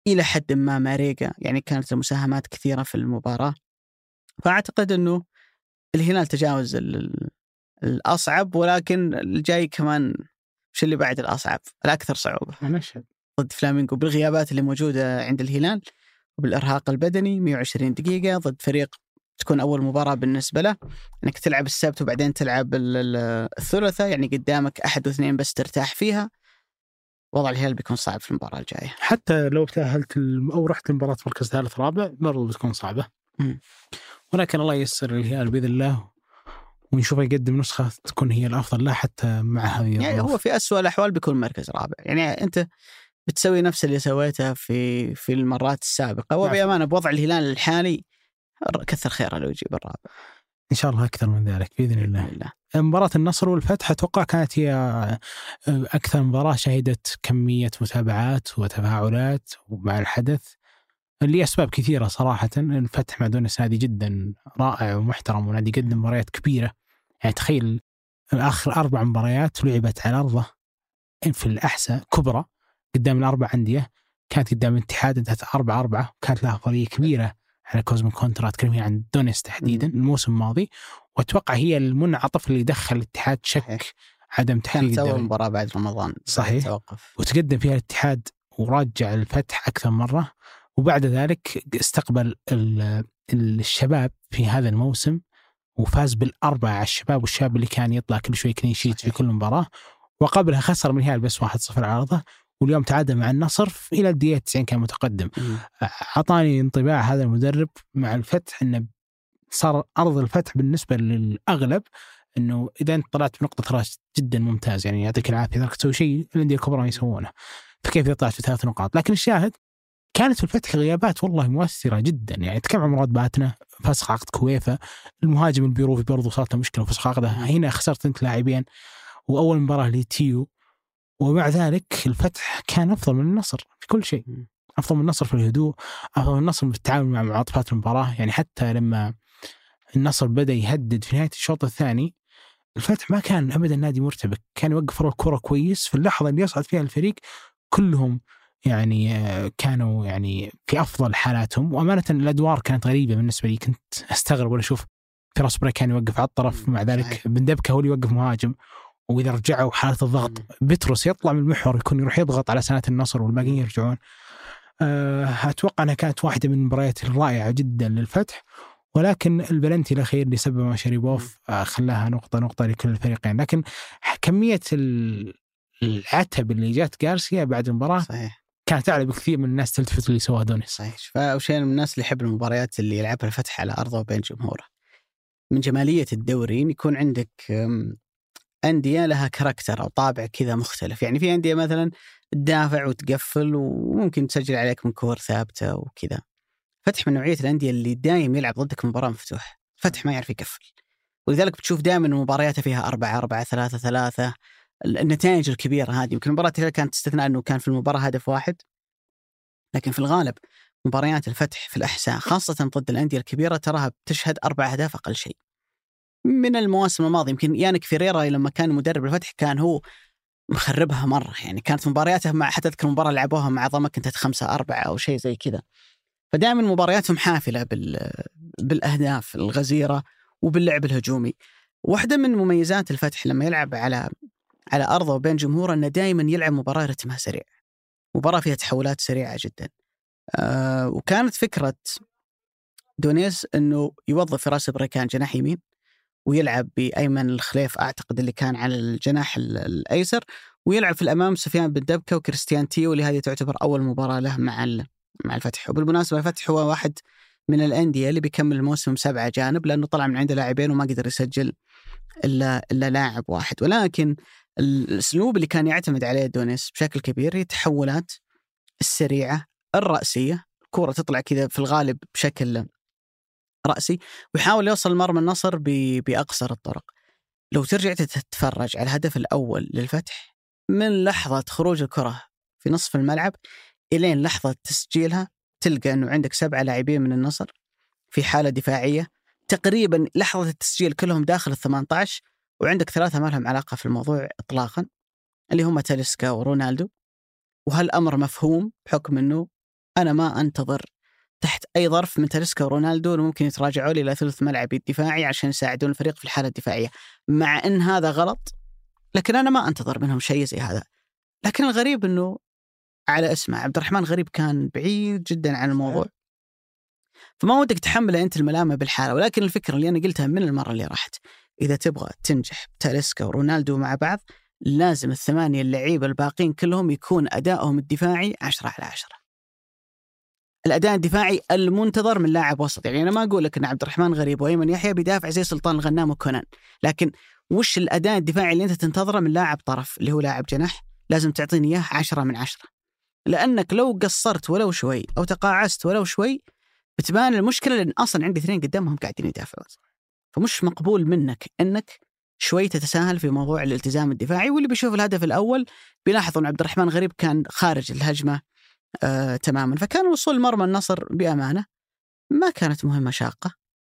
إلى حد ما ماريجا، يعني كانت المساهمات كثيرة في المباراة. فأعتقد أنه الهلال تجاوز الأصعب، ولكن الجاي كمان وش اللي بعد الأصعب الأكثر صعوبة ضد فلامينغو، بالغيابات اللي موجودة عند الهلال وبالإرهاق البدني. 120 دقيقة ضد فريق تكون أول مباراة بالنسبة له، أنك تلعب السبت وبعدين تلعب الثلاثاء، يعني قدامك 1 و2 بس ترتاح فيها. وضع الهلال بيكون صعب في المباراة الجاية. حتى لو تأهلت أو رحت المباراة مركز ثالث رابع برضو بتكون صعبة. ولكن الله ييسر الهلال بإذن الله، ونشوفه يقدم نسخة تكون هي الأفضل له حتى مع هذه يعني هو في أسوأ الأحوال بيكون مركز رابع. يعني أنت بتسوي نفس اللي سويته في المرات السابقة، وبأمانة بوضع الهلال الحالي كثر خيره لو يجيب الرابع إن شاء الله أكثر من ذلك بإذن الله. مباراة النصر والفتح أتوقع كانت هي أكثر مباراة شهدت كمية متابعات وتفاعلات مع الحدث لأسباب كثيرة صراحة. الفتح مع دونيس نادي جدا رائع ومحترم، ونادي قدم مباريات كبيرة. يعني تخيل آخر 4 مباريات لعبت على أرضه في الأحساء كبرى قدام ال4 أندية. كانت قدام الاتحاد انتهت 4-4، كانت لها أفضلية كبيرة على كوزمين كونترا. تكلمين عن دونيس تحديدا الموسم الماضي، وأتوقع هي المنعطف اللي دخل الاتحاد شك عدم تحقيق الدوري. كانت أول مباراة بعد رمضان صحيح، وتقدم فيها الاتحاد ورجع الفتح أكثر مرة. وبعد ذلك استقبل الشباب في هذا الموسم وفاز بال4 على الشباب، والشباب اللي كان يطلع كل شوي كلين شيت في كل مباراة. وقبلها خسر من الهلال بس 1-0 على أرضه، واليوم تعادل مع النصر إلى الدقيقة 90 كان متقدم. عطاني انطباع هذا المدرب مع الفتح أنه صار أرض الفتح بالنسبة للأغلب أنه إذا أنت طلعت بنقطة راس جدا ممتاز، يعني يعطيك العافية إذا تسوي شيء الأندية الكبرى يسوونه، فكيف إذا طلعت ب3 نقاط؟ لكن الشاهد كانت في الفتح غيابات والله مؤثرة جدا. يعني تكلم عن مراد باتنا، فسخ عقد كويفة، المهاجم البيروفي برضو صارت له مشكلة وفسخ عقده. هنا خسرت أنت لاعبين، وأول مباراة لتيو. ومع ذلك الفتح كان أفضل من النصر في كل شيء، أفضل من النصر في الهدوء، أفضل من النصر في التعامل مع معطفات المباراة. يعني حتى لما النصر بدأ يهدد في نهاية الشوط الثاني، الفتح ما كان أبدا نادي مرتبك، كان يوقف الكرة كويس في اللحظة اللي يصعد فيها الفريق. كلهم يعني كانوا يعني في أفضل حالاتهم. وأمانة الأدوار كانت غريبة بالنسبة لي، كنت أستغرب ولا أشوف فراس بريك كان يوقف على الطرف، مع ذلك بن دبكة هو اللي يوقف مهاجم. وإذا رجعوا حالة الضغط بتروس يطلع من المحور يكون يروح يضغط على سنة النصر والباقيين يرجعون. أتوقع أنها كانت واحدة من المباريات الرائعة جدا للفتح. ولكن البلنتي الأخير اللي سبب مع شريبوف خلاها نقطة لكل الفريقين. لكن كمية العتب اللي جات غارسيا بعد المباراة صحيح كانت أعلى بكثير من الناس تلتفت اللي سواها دونيس. صحيح. فأوشين من الناس اللي يحب المباريات اللي يلعبها الفتح على أرضه وبين جمهوره. من جمالية الدوري يكون عندك أندية لها كاركتر أو طابع كذا مختلف. يعني في أندية مثلا تدافع وتقفل وممكن تسجل عليك من كور ثابتة وكذا. فتح من نوعية الأندية اللي دايم يلعب ضدك مباراة مفتوح. فتح ما يعرف يقفل، ولذلك بتشوف دائما مبارياته فيها 4-4 3-3. النتائج الكبيرة هذه يمكن المباراة كانت استثناء أنه كان في المباراة هدف واحد، لكن في الغالب مباريات الفتح في الأحساء خاصة ضد الأندية الكبيرة تراها بتشهد 4 أهداف أقل شيء. من المواسم الماضية يمكن يانك فيريرا لما كان مدرب الفتح كان هو مخربها مرة. يعني كانت مبارياته مع حتى أذكر مباراة لعبوها مع ضمك كانت 5-4 أو شيء زي كذا. فدائما مبارياتهم حافلة بالأهداف الغزيرة وباللعب الهجومي. واحدة من مميزات الفتح لما يلعب على أرضه وبين جمهوره أنه دائما يلعب مباراة رتمها سريع، مباراة فيها تحولات سريعة جدا. وكانت فكرة دونيس أنه يوظف فراس بريكان جناح يمين ويلعب بأيمن الخليف أعتقد اللي كان على الجناح الأيسر، ويلعب في الأمام سفيان بن دبكة وكريستيان تيو، اللي هذه تعتبر أول مباراة له مع الفتح. وبالمناسبة الفتح هو واحد من الأندية اللي بيكمل الموسم 7 جانب، لأنه طلع من عنده لاعبين وما قدر يسجل إلا لاعب واحد. ولكن الأسلوب اللي كان يعتمد عليه دونيس بشكل كبير هي التحولات السريعة الرأسية، الكرة تطلع كذا في الغالب بشكل رأسي، ويحاول يوصل مرمى النصر بأقصر الطرق. لو ترجع تتفرج على الهدف الأول للفتح من لحظة خروج الكرة في نصف الملعب إلين لحظة تسجيلها، تلقى أنه عندك 7 لاعبين من النصر في حالة دفاعية تقريبا لحظة التسجيل كلهم داخل 18، وعندك 3 ما لهم علاقة في الموضوع إطلاقا، اللي هم تاليسكا ورونالدو. وهالأمر مفهوم بحكم أنه أنا ما أنتظر تحت أي ظرف من تاليسكا ورونالدو ممكن يتراجعوا لي إلى ثلث ملعبي الدفاعي عشان يساعدون الفريق في الحالة الدفاعية، مع إن هذا غلط، لكن أنا ما أنتظر منهم شيء زي هذا. لكن الغريب إنه على اسمه عبد الرحمن غريب كان بعيد جدا عن الموضوع، فما ودك تحمله أنت الملامة بالحالة. ولكن الفكرة اللي أنا قلتها من المرة اللي راحت، إذا تبغى تنجح تاليسكا ورونالدو مع بعض لازم الثمانية اللعيبة الباقين كلهم يكون أدائهم الدفاعي 10/10. الأداء الدفاعي المنتظر من لاعب وسط. يعني أنا ما أقول لك أن عبد الرحمن غريب وأيمن يحيى بيدافع زي سلطان الغنام وكونان، لكن وش الأداء الدفاعي اللي أنت تنتظره من لاعب طرف اللي هو لاعب جناح؟ لازم تعطيني إياه 10/10، لأنك لو قصرت ولو شوي أو تقاعست ولو شوي بتبان المشكلة، لأن أصلا عندي 2 قدامهم قاعدين يدافعون. فمش مقبول منك أنك شوي تتساهل في موضوع الالتزام الدفاعي. واللي بيشوف الهدف الأول بيلاحظ أن عبد الرحمن غريب كان خارج الهجمة تماما. فكان وصول مرمى النصر بأمانة ما كانت مهمة شاقة،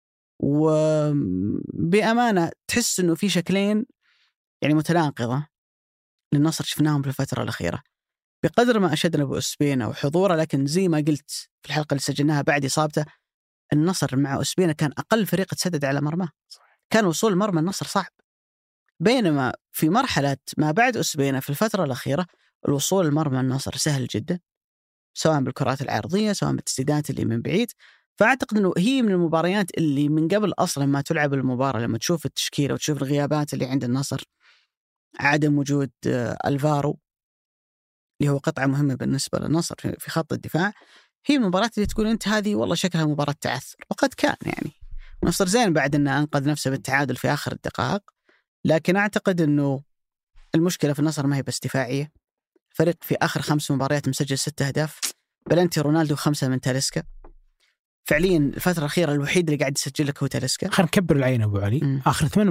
وبأمانة تحس أنه في شكلين يعني متناقضة للنصر شفناهم في الفترة الأخيرة. بقدر ما أشدنا بأسبينا وحضوره، لكن زي ما قلت في الحلقة اللي سجلناها بعد إصابته، النصر مع أسبينا كان أقل فريق تسدد على مرمى، كان وصول مرمى النصر صعب. بينما في مرحلة ما بعد أسبينا في الفترة الأخيرة الوصول لمرمى النصر سهل جدا، سواء بالكرات العرضية سواء بالتسديدات اللي من بعيد. فأعتقد أنه هي من المباريات اللي من قبل أصلا ما تلعب المباراة، لما تشوف التشكيلة وتشوف الغيابات اللي عند النصر، عدم وجود الفارو اللي هو قطعة مهمة بالنسبة للنصر في خط الدفاع، هي المباراة اللي تقول أنت هذه والله شكلها مباراة تعثر. وقد كان يعني النصر زين بعد أنه أنقذ نفسه بالتعادل في آخر الدقائق، لكن أعتقد أنه المشكلة في النصر ما هي بس دفاعية. فريق في آخر 5 مباريات مسجل 6 أهداف، بلنتي رونالدو 5 من تاليسكا. فعليا الفترة الأخيرة الوحيد اللي قاعد يسجل لك هو تاليسكا. خلينا نكبر العين أبو علي. آخر 8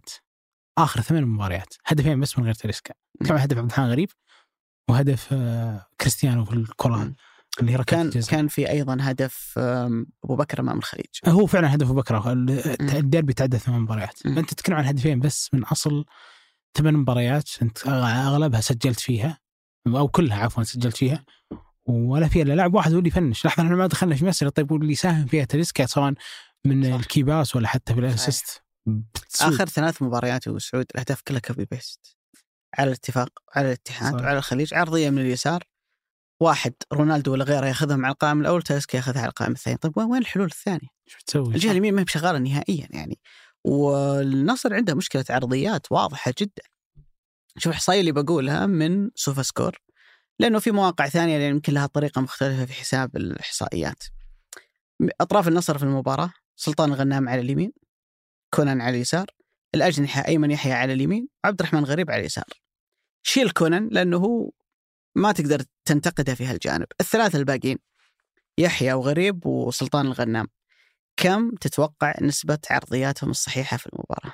مباريات هدفين بس من غير تاليسكا. كم هدف عبد الرحمن غريب وهدف كريستيانو في الكرة اللي ركض كان في أيضا هدف أبو بكر أمام الخليج. هو فعلا هدف أبو بكر. الديربي تعدى 8 مباريات. أنت تتكلم عن هدفين بس من أصل 8 مباريات أنت أغلبها سجلت فيها أو كلها عفوا سجلت فيها، ولا فيها إلا لاعب واحد هو اللي يفنش. لحظة احنا ما دخلنا في مسألة طيب واللي ساهم فيها تاليسكا سواء من الكيباس ولا حتى في الأسيست. آخر 3 مباريات وسعود الأهداف كلها كوبي بيست على الاتفاق على الاتحاد وعلى الخليج. عرضية من اليسار، واحد رونالدو ولا غيره ياخذها مع القائم الأول، تاليسكا ياخذها على القائم الثاني. طيب وين الحلول الثانية؟ شو تسوي؟ الجهة اليمين ما هي بشغالة نهائيا يعني. والنصر عنده مشكلة عرضيات واضحة جدا. شوف إحصائية اللي بقولها من سوفا سكور، لأنه في مواقع ثانية اللي يمكن لها طريقة مختلفة في حساب الإحصائيات. أطراف النصر في المباراة: سلطان الغنام على اليمين، كونان على اليسار، الأجنحة أيمن يحيى على اليمين، عبد الرحمن غريب على اليسار. شيل كونان لأنه هو ما تقدر تنتقده في هالجانب. الثلاثة الباقين يحيى وغريب وسلطان الغنام، كم تتوقع نسبة عرضياتهم الصحيحة في المباراة؟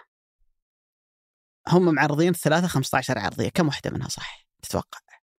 هم معرضين 15 عرضية، كم واحدة منها صح تتوقع؟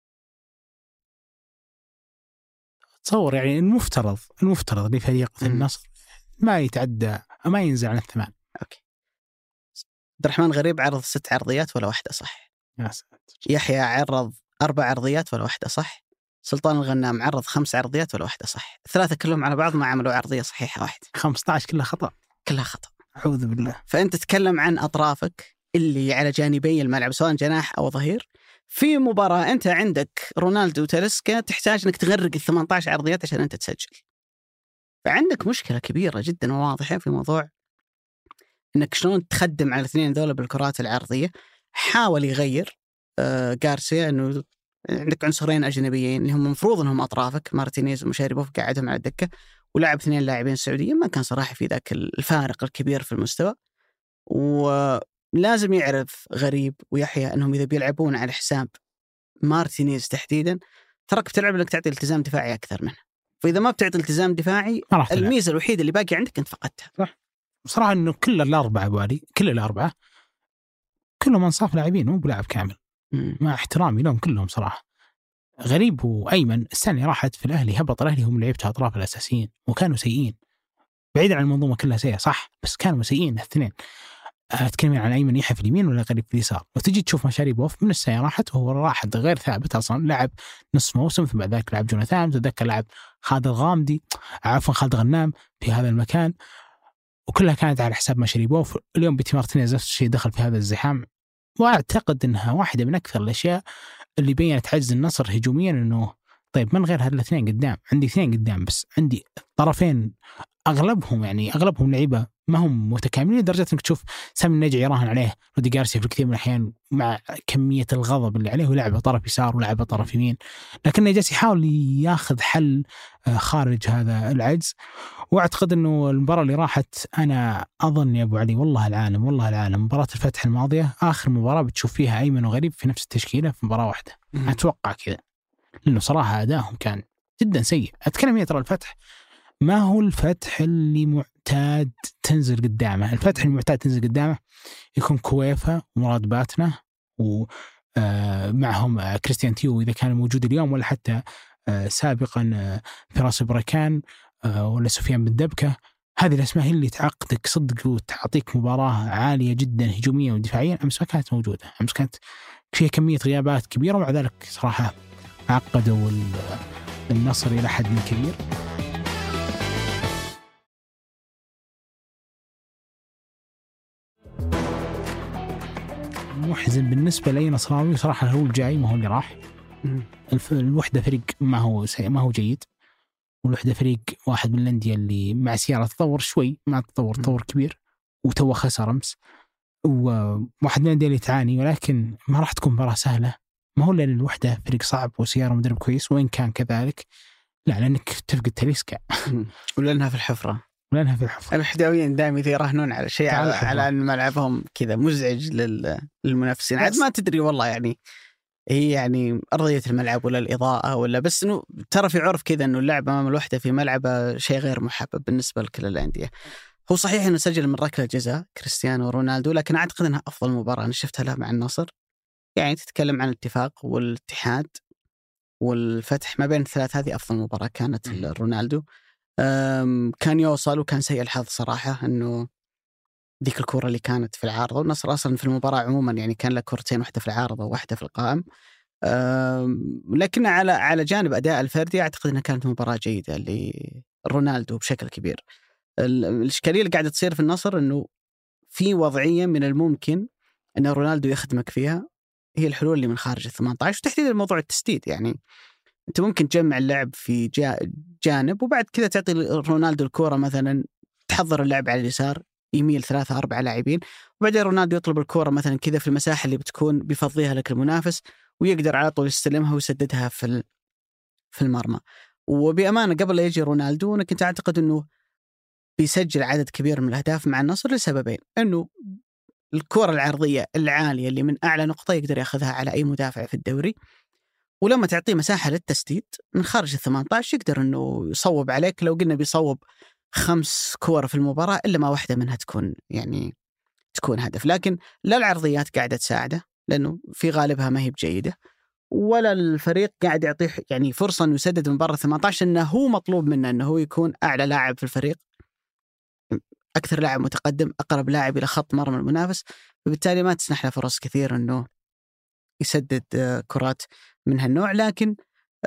تصور يعني المفترض لفريق النصر ما يتعدى ما ينزل عن 8. أوكي. عبد الرحمن غريب عرض 6 عرضيات ولا واحدة صح. يا ساتر. يحيى عرض 4 عرضيات ولا واحدة صح. سلطان الغنام عرض 5 عرضيات ولا واحدة صح. الثلاثة كلهم على بعض ما عملوا عرضية صحيحة واحدة. 15 كلها خطأ. أعوذ بالله. فأنت تتكلم عن أطرافك اللي على جانبي الملعب سواء جناح أو ظهير. في مباراة أنت عندك رونالدو وتاليسكا تحتاج أنك تغرق 18 عرضيات عشان أنت تسجل. فعندك مشكلة كبيرة جدا وواضحة في موضوع أنك شلون تخدم على الاثنين ذولا بالكرات العرضية. حاول يغير غارسيا أنه عندك عنصرين أجنبيين اللي هم مفروض أنهم أطرافك، مارتينيز ومشاريبوف قاعدهم على الدكة، ولعب 2 لاعبين سعوديين. ما كان صراحة في ذاك الفارق الكبير في المستوى. ولازم يعرف غريب ويحيى أنهم إذا بيلعبون على حساب مارتينيز تحديدا ترك بتلعب لك تعطي التزام دفاعي أكثر منه. فإذا ما بتعطي التزام دفاعي الميزة الوحيدة اللي باقي عندك أنت فقدتها. صح. بصراحة إنه كل الأربعة بوالي كلهم أنصاف لاعبين مو بلاعب كامل. مع احترامي لهم كلهم صراحة. غريب وأيمن السنة راحت في الأهلي، هبط الأهلي هم لعبتها أطراف الأساسيين وكانوا سيئين، بعيدا عن المنظومة كلها سيئة صح، بس كانوا سيئين الاثنين. أتكلم عن أيمن يحيى في اليمين ولا غريب في اليسار. وتجي تشوف مشاريبوف من السنة راحت وهو راحت غير ثابت أصلا، لعب نصف موسم ثم بعد ذلك لعب جوناثان، تذكر لعب خالد الغامدي خالد غنام في هذا المكان، وكلها كانت على حساب مشاريبوف. اليوم بيتي مارتينيز نفس الشيء دخل في هذا الزحام، وأعتقد أنها واحدة من أكثر الأشياء اللي بينت عجز النصر هجوميا. أنه طيب من غير هذه الاثنين قدام، عندي اثنين قدام بس، عندي طرفين أغلبهم لعيبة ما هم متكاملين لدرجة أنك تشوف سامي النجعي يراهن عليه رودي غارسيا في الكثير من الأحيان مع كمية الغضب اللي عليه، ولعبه طرف يسار ولعبه طرف يمين، لكنه جالس يحاول ياخذ حل خارج هذا العجز. واعتقد انه المباراه اللي راحت، انا اظن يا ابو علي والله العالم مباراه الفتح الماضيه اخر مباراه بتشوف فيها ايمن وغريب في نفس التشكيله في مباراه واحده. اتوقع كذا، لانه صراحه ادائهم كان جدا سيء. اتكلم ترى الفتح ما هو الفتح اللي معتاد تنزل قدامه. الفتح المعتاد تنزل قدامه يكون كويفة ومراد باتنا ومعهم كريستيان تيو إذا كان موجود اليوم، ولا حتى سابقا فراس بركان ولا سفيان بن دبكة. هذه الأسماء هي اللي تعقدك صدق وتعطيك مباراة عالية جدا هجوميا ودفاعيا. أمس ما كانت موجودة، أمس كانت فيها كمية غيابات كبيرة، ومع ذلك صراحة عقدوا النصر إلى حد كبير. محزن بالنسبة لي نصراوي صراحة. هو الجاي ما هو اللي راح. الوحدة فريق ما هو جيد، والوحدة فريق واحد من الأندية اللي مع سيارة تطور شوي، ما تطور كبير، وتو خسر أمس، وواحد من الأندية اللي تعاني، ولكن ما راح تكون مباراة سهلة. ما هو لأن الوحدة فريق صعب وسيارة مدرب كويس، وإن كان كذلك لا، لأنك تفقد تاليسكا ولأنها في الحفرة. الوحداويين دائما يراهنون على شيء على أن ملعبهم كذا مزعج للمنافسين. عاد ما تدري والله، يعني هي يعني أرضية الملعب ولا الإضاءة ولا بس، إنه ترى في عرف كذا إنه اللعب أمام الوحدة في ملعبه شيء غير محبب بالنسبة لكل الأندية. هو صحيح إنه سجل من ركلة جزاء كريستيانو رونالدو، لكن أعتقد إنها أفضل مباراة أنا شفتها له مع النصر. يعني تتكلم عن الاتفاق والاتحاد والفتح، ما بين الثلاث هذه أفضل مباراة كانت رونالدو. كان يوصل، وكان سيء الحظ صراحة إنه ذيك الكرة اللي كانت في العارضة. والنصر أصلا في المباراة عموما يعني كان له كرتين، واحدة في العارضة وواحدة في القائم. لكن على جانب أداء الفردي أعتقد أنها كانت مباراة جيدة لرونالدو بشكل كبير. الإشكالية اللي قاعدة تصير في النصر أنه في وضعية من الممكن أن رونالدو يخدمك فيها، هي الحلول اللي من خارج 18، وتحديدا موضوع التسديد. يعني أنت ممكن تجمع اللعب في جانب، وبعد كذا تعطي رونالدو الكرة، مثلا تحضر اللعب على اليسار، يميل 3-4 لاعبين، وبعدين رونالدو يطلب الكرة مثلا كذا في المساحة اللي بتكون بيفضيها لك المنافس، ويقدر على طول يستلمها ويسددها في المرمى. وبأمانة قبل لا يجي رونالدو أنا كنت أعتقد أنه بيسجل عدد كبير من الأهداف مع النصر لسببين: أنه الكرة العرضية العالية اللي من أعلى نقطة يقدر يأخذها على أي مدافع في الدوري، ولما تعطيه مساحة للتسديد من خارج 18 يقدر أنه يصوب عليك. لو قلنا بيصوب 5 كور في المباراة إلا ما واحدة منها تكون هدف. لكن لا العرضيات قاعدة تساعده، لأنه في غالبها ما هي بجيدة، ولا الفريق قاعد يعطيه يعني فرصة أنه يسدد من برا 18، أنه هو مطلوب منه أنه هو يكون أعلى لاعب في الفريق، أكثر لاعب متقدم، أقرب لاعب إلى خط مرمى المنافس، فبالتالي ما تسنح له فرص كثير أنه يسدد كرات من هالنوع. لكن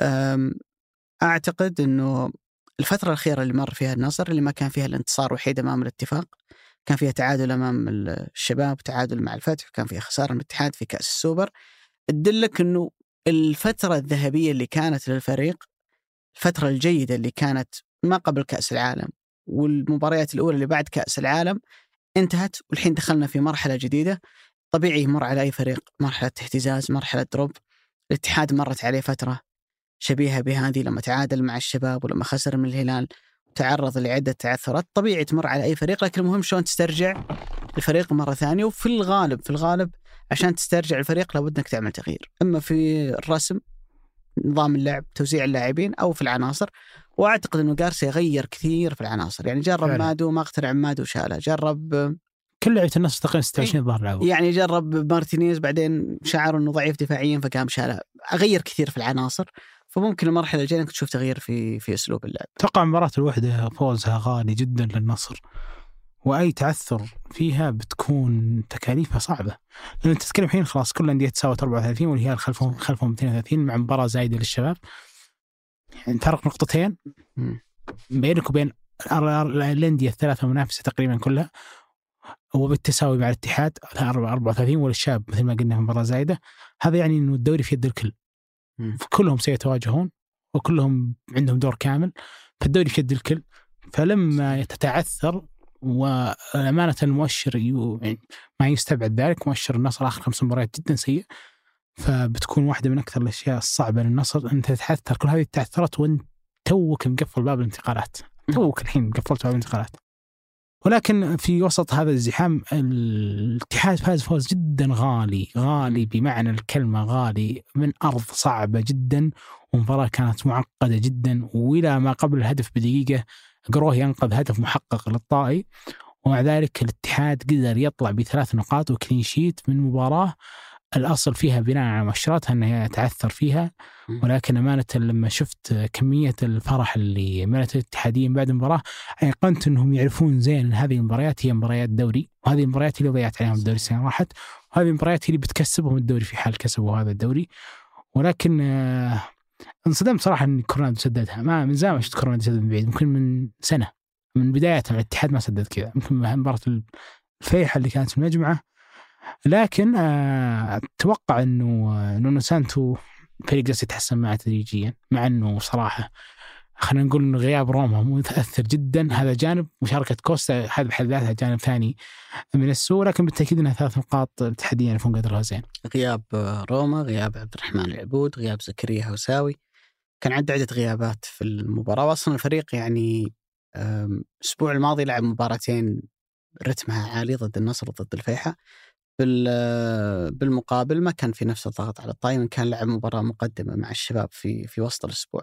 أعتقد أنه الفترة الأخيرة اللي مر فيها النصر، اللي ما كان فيها الانتصار وحيد أمام الاتفاق، كان فيها تعادل أمام الشباب، تعادل مع الفتح، وكان فيها خسارة من الاتحاد في كأس السوبر، تدلك أنه الفترة الذهبية اللي كانت للفريق، الفترة الجيدة اللي كانت ما قبل كأس العالم والمباريات الأولى اللي بعد كأس العالم انتهت، والحين دخلنا في مرحلة جديدة. طبيعي يمر على أي فريق مرحلة اهتزاز، مرحلة دروب. الاتحاد مرت عليه فترة شبيهة بهذه لما تعادل مع الشباب ولما خسر من الهلال وتعرض لعدة تعثرات. طبيعي تمر على أي فريق، لكن المهم شلون تسترجع الفريق مرة ثانية. وفي الغالب عشان تسترجع الفريق لابد أنك تعمل تغيير، إما في الرسم، نظام اللعب، توزيع اللاعبين، أو في العناصر. وأعتقد أنه غارسيا غير كثير في العناصر. يعني جرب مادو، ما اقتنع مادو شاله، جرب كل لعيبة النصر تقريبا 26 ظهر لعبه، يعني جرب مارتينيز، بعدين شعر أنه ضعيف دفاعيا فقام شاله. أغير كثير في العناصر، فممكن المرحلة الجاية أنك تشوف تغيير في أسلوب اللعب. توقع مباراة الوحدة فوزها غالي جدا للنصر، وأي تعثر فيها بتكون تكاليفها صعبة. لأن أنت تتكلم الحين خلاص كل الأندية تساوت 34 والهلال خلفهم 32 مع مباراة زايدة للشباب، يعني فرق نقطتين بينك وبين الأندية الثلاثة المنافسة تقريبا كلها، وبالتساوي مع الاتحاد 34 والشاب مثل ما قلنا مباراة زايدة. هذا يعني إنه الدوري في يد الكل، كلهم سيتواجهون وكلهم عندهم دور كامل، فالدوري في يد الكل. فلما تتعثر، وأمانة المؤشر يعني ما يستبعد ذلك، مؤشر النصر آخر 5 مباريات جدا سيء، فبتكون واحدة من أكثر الأشياء الصعبة للنصر أن تتعثر. كل هذه التعثرات وأنت توك مقفل باب الانتقالات، توك الحين قفلت باب الانتقالات. ولكن في وسط هذا الزحام الاتحاد فاز فوز جدا غالي بمعنى الكلمة، غالي من أرض صعبة جدا، ومباراة كانت معقدة جدا، وإلى ما قبل الهدف بدقيقة قروه ينقذ هدف محقق للطائي، ومع ذلك الاتحاد قدر يطلع ب3 نقاط وكلين شيت من مباراة الأصل فيها بناء على مؤشراتها أنها يتعثر فيها. ولكن أمانة لما شفت كمية الفرح اللي ملت الاتحاديين بعد المباراة، أيقنت أنهم يعرفون زين أن هذه المباريات هي مباريات دوري، وهذه المباريات اللي ضيعت عليهم الدوري السنة راحت، وهذه المباريات اللي بتكسبهم الدوري في حال كسبوا هذا الدوري. ولكن انصدمت صراحة أن كورنادو سددها، ما من زمان شفت كورنادو سدد من بعيد، ممكن من سنة من بداية الاتحاد ما سدد كذا، ممكن مباراة الفيحة اللي كانت في المجمعة. لكن أتوقع أنه نونو سانتو فريق جالس يتحسن معه تدريجيا، مع أنه صراحة خلينا نقول أن غياب روما متأثر جدا، هذا جانب، مشاركة كوستا هذا بحد ذاتها جانب ثاني من السوء، لكن بالتأكيد أنها 3 نقاط تحديا يكون قدرها زين. غياب روما، غياب عبد الرحمن العبود، غياب زكريا هوساوي، كان عنده عدة غيابات في المباراة. وأصلا الفريق يعني الأسبوع الماضي لعب مباراتين رتمها عالي ضد النصر وضد الفيحة، بالمقابل ما كان في نفس الضغط على الطائي، من كان لعب مباراة مقدمة مع الشباب في وسط الأسبوع.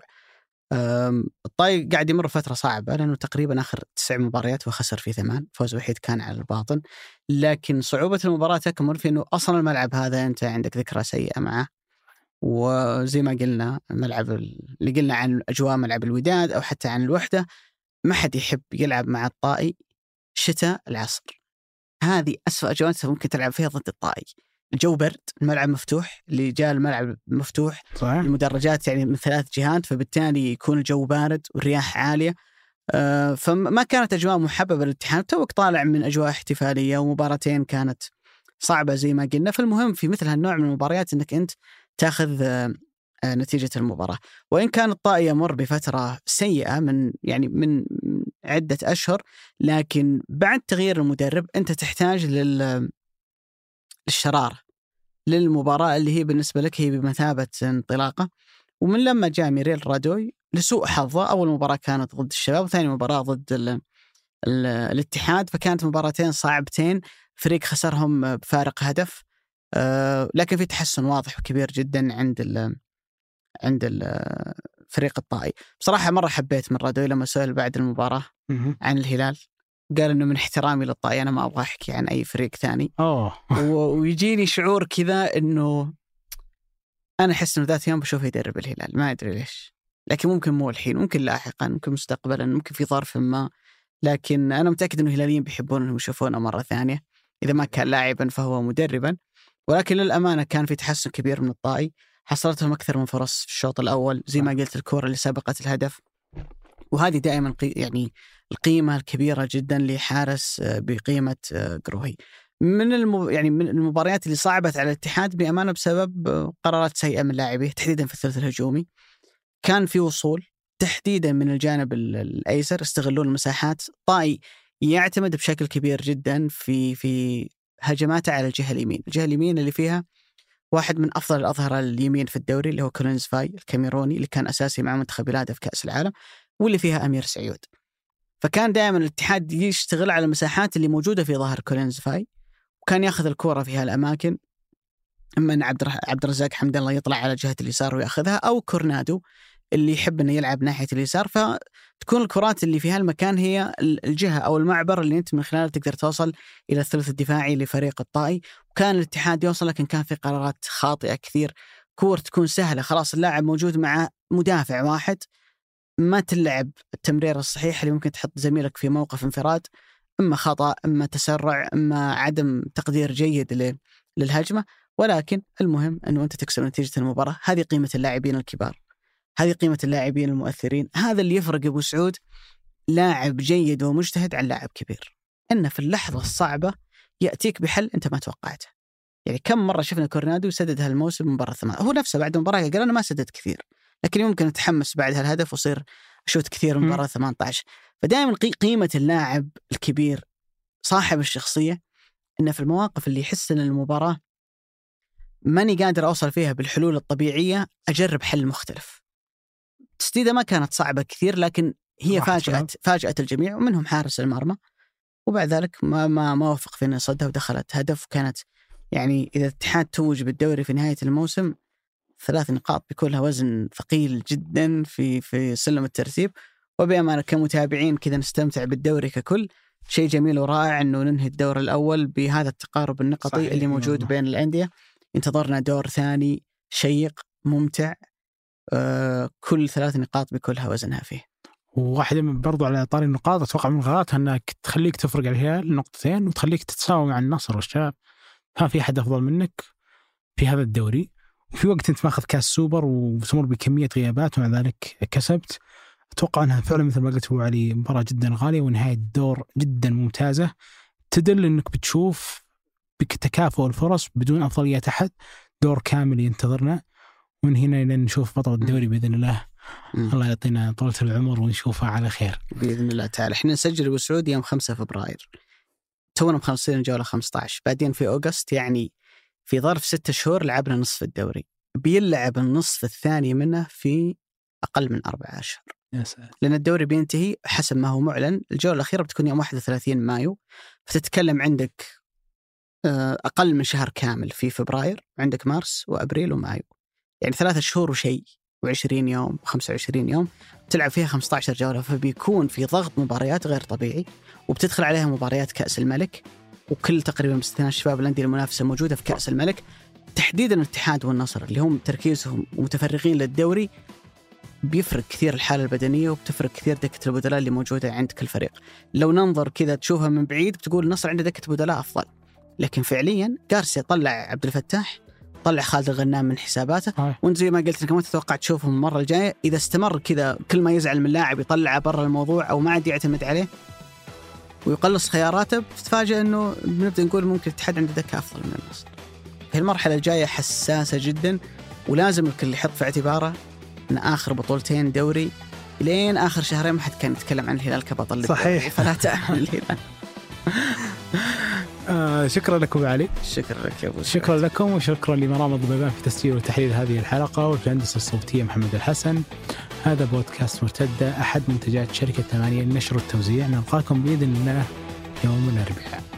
الطائي قاعد يمر فترة صعبة، لأنه تقريبا آخر 9 مباريات وخسر في 8، فوز وحيد كان على الباطن. لكن صعوبة المباراة تكمن في أنه أصلا الملعب هذا أنت عندك ذكرى سيئة معه، وزي ما قلنا الملعب اللي قلنا عن أجواء ملعب الوداد أو حتى عن الوحدة، ما حد يحب يلعب مع الطائي شتاء العصر، هذه أسوأ أجواء ممكن تلعب فيها ضد الطائي. الجو برد، الملعب مفتوح، اللي جاء الملعب مفتوح صحيح. المدرجات يعني من 3 جهات، فبالتالي يكون الجو بارد والرياح عالية، فما كانت أجواء محببة للاتحاد. توك طالع من أجواء احتفالية، ومباراتين كانت صعبة زي ما قلنا. فالمهم في مثل هالنوع من المباريات أنك أنت تأخذ نتيجة المباراة. وإن كان الطائي يمر بفترة سيئة من عدة أشهر، لكن بعد تغيير المدرب أنت تحتاج للشرارة للمباراة اللي هي بالنسبة لك هي بمثابة انطلاقة. ومن لما جاء ميريل رادوي لسوء حظه، أول مباراة كانت ضد الشباب وثاني مباراة ضد الاتحاد، فكانت مباراتين صعبتين، فريق خسرهم بفارق هدف. لكن في تحسن واضح وكبير جدا عند فريق الطائي. بصراحة مرة حبيت من رادوي لما سئل بعد المباراة عن الهلال، قال إنه من احترامي للطائي أنا ما أبغى أحكي عن أي فريق ثاني. ويجيني شعور كذا إنه أنا أحس إنه ذات يوم بشوفه يدرب الهلال، ما أدري ليش، لكن ممكن مو الحين، ممكن لاحقا، ممكن مستقبلا، ممكن في ظرف ما. لكن أنا متأكد إنه الهلاليين بيحبون إنهم يشوفونه مرة ثانية، إذا ما كان لاعبا فهو مدربا. ولكن للأمانة كان في تحسن كبير من الطائي، حصلتهم أكثر من فرص في الشوط الأول، زي ما قلت الكرة اللي سبقت الهدف، وهذه دائما يعني القيمة الكبيرة جدا لحارس بقيمة قروهي. من المباريات اللي صعبت على الاتحاد بأمانة بسبب قرارات سيئة من لاعبيه، تحديدا في الثلث الهجومي. كان في وصول تحديدا من الجانب الأيسر، استغلون المساحات. طائي يعتمد بشكل كبير جدا في هجماته على الجهة اليمين اللي فيها واحد من أفضل الأظهرة اليمين في الدوري اللي هو كولينز فاي الكاميروني، اللي كان أساسي مع منتخب بلاده في كأس العالم، واللي فيها أمير سعيود. فكان دائما الاتحاد يشتغل على المساحات اللي موجودة في ظهر كولينز فاي، وكان يأخذ الكرة في هالأماكن، إما أن عبد الرزاق حمد الله يطلع على جهة اليسار ويأخذها، أو كورنادو اللي يحب أنه يلعب ناحية اليسار، فتكون الكرات اللي في هالمكان هي الجهة أو المعبر اللي أنت من خلاله تقدر توصل إلى الثلث الدفاعي لفريق الطائي. وكان الاتحاد يوصل، لكن كان في قرارات خاطئة كثير. كور تكون سهلة، خلاص اللاعب موجود مع مدافع واحد، ما تلعب التمرير الصحيح اللي ممكن تحط زميلك في موقف انفراد إما خطأ، إما تسرع، إما عدم تقدير جيد للهجمة، ولكن المهم أنه أنت تكسب نتيجة المباراة. هذه قيمة اللاعبين الكبار، هذه قيمة اللاعبين المؤثرين. هذا اللي يفرق أبو سعود لاعب جيد ومجتهد عن لاعب كبير، إنه في اللحظة الصعبة يأتيك بحل أنت ما توقعته. يعني كم مرة شفنا كورنادو سدد هالموسم من برا 8، هو نفسه بعد المباراة قال أنا ما سدد كثير، لكن يمكن أتحمس بعد هالهدف وصير أشوت كثير من برا 18. فدائما قيمة اللاعب الكبير صاحب الشخصية إنه في المواقف اللي يحس أن المباراة ماني قادر أوصل فيها بالحلول الطبيعية أجرب حل مختلف. تسديدة ما كانت صعبة كثير، لكن هي فاجأت الجميع ومنهم حارس المرمى، وبعد ذلك ما وفق في أن يصدها ودخلت هدف. وكانت يعني إذا الاتحاد توج بالدوري في نهاية الموسم 3 نقاط بيكون لها وزن ثقيل جدا في سلم الترتيب. وبأمانة كمتابعين كذا نستمتع بالدوري ككل. شيء جميل ورائع أنه ننهي الدور الأول بهذا التقارب النقطي اللي موجود بين الأندية. انتظرنا دور ثاني شيق ممتع، كل 3 نقاط بكلها وزنها فيه. وواحدة برضو على طاري النقاط أتوقع من غلطها أنك تخليك تفرق على الهلال نقطتين وتخليك تتساوي مع النصر والشباب. ما في أحد أفضل منك في هذا الدوري، وفي وقت أنت ماخذ كاس سوبر وتمر بكمية غيابات ومع ذلك كسبت. أتوقع أنها فعلا مثل ما قلت أبو علي مباراة جدا غالية ونهاية الدور جدا ممتازة، تدل أنك بتشوف بتكافؤ الفرص بدون أفضلية أحد. دور كامل ينتظرنا، ومن هنا نشوف بطل الدوري بإذن الله. الله يعطينا طولة العمر ونشوفها على خير بإذن الله تعالى. احنا نسجل بالسعودية يوم 5 فبراير، تونا مخلصين الجولة 15، بعدين في أغسطس، يعني في ظرف 6 شهور لعبنا نصف الدوري. بيلعب النصف الثاني منه في أقل من 4 أشهر، لأن الدوري بينتهي حسب ما هو معلن. الجولة الأخيرة بتكون يوم 31 مايو، فتتكلم عندك أقل من شهر كامل في فبراير، عندك مارس وأبريل ومايو، يعني 3 شهور وشيء و20 يوم و25 يوم تلعب فيها 15 جولة. فبيكون في ضغط مباريات غير طبيعي، وبتدخل عليها مباريات كأس الملك، وكل تقريبا باستثناء الشباب الأندية المنافسة موجودة في كأس الملك. تحديدا الاتحاد والنصر اللي هم تركيزهم متفرغين للدوري، بيفرق كثير الحالة البدنية وبتفرق كثير دكة البدلاء اللي موجودة عند كل فريق. لو ننظر كذا تشوفها من بعيد بتقول النصر عنده دكة بدلاء أفضل، لكن فعليا غارسيا طلع عبد الفتاح، طلع خالد الغنام من حساباته. وانت زي ما قلت لك ما تتوقع تشوفهم المرة الجاية. إذا استمر كذا كل ما يزعل من لاعب يطلع برا الموضوع أو ما عاد يعتمد عليه ويقلص خياراته، بتتفاجأ أنه بنبدأ نقول ممكن الاتحاد عنده دكة أفضل من النصر. هي المرحلة الجاية حساسة جدا، ولازم الكل يحط في اعتباره أن آخر بطولتين دوري لين آخر شهرين ما حد كان يتكلم عن الهلال كبطل. صحيح. فلا تأمل الهلال. شكرا لكم يا علي. شكرا لك يا أبو سعود. شكرا لكم، وشكرا لمرام الضبيبان في تسجيل وتحليل هذه الحلقة، وفي الهندسة الصوتية محمد الحسن. هذا بودكاست مرتدة، أحد منتجات شركة 8 للنشر والتوزيع. نلقاكم بإذن الله يوم الأربعاء.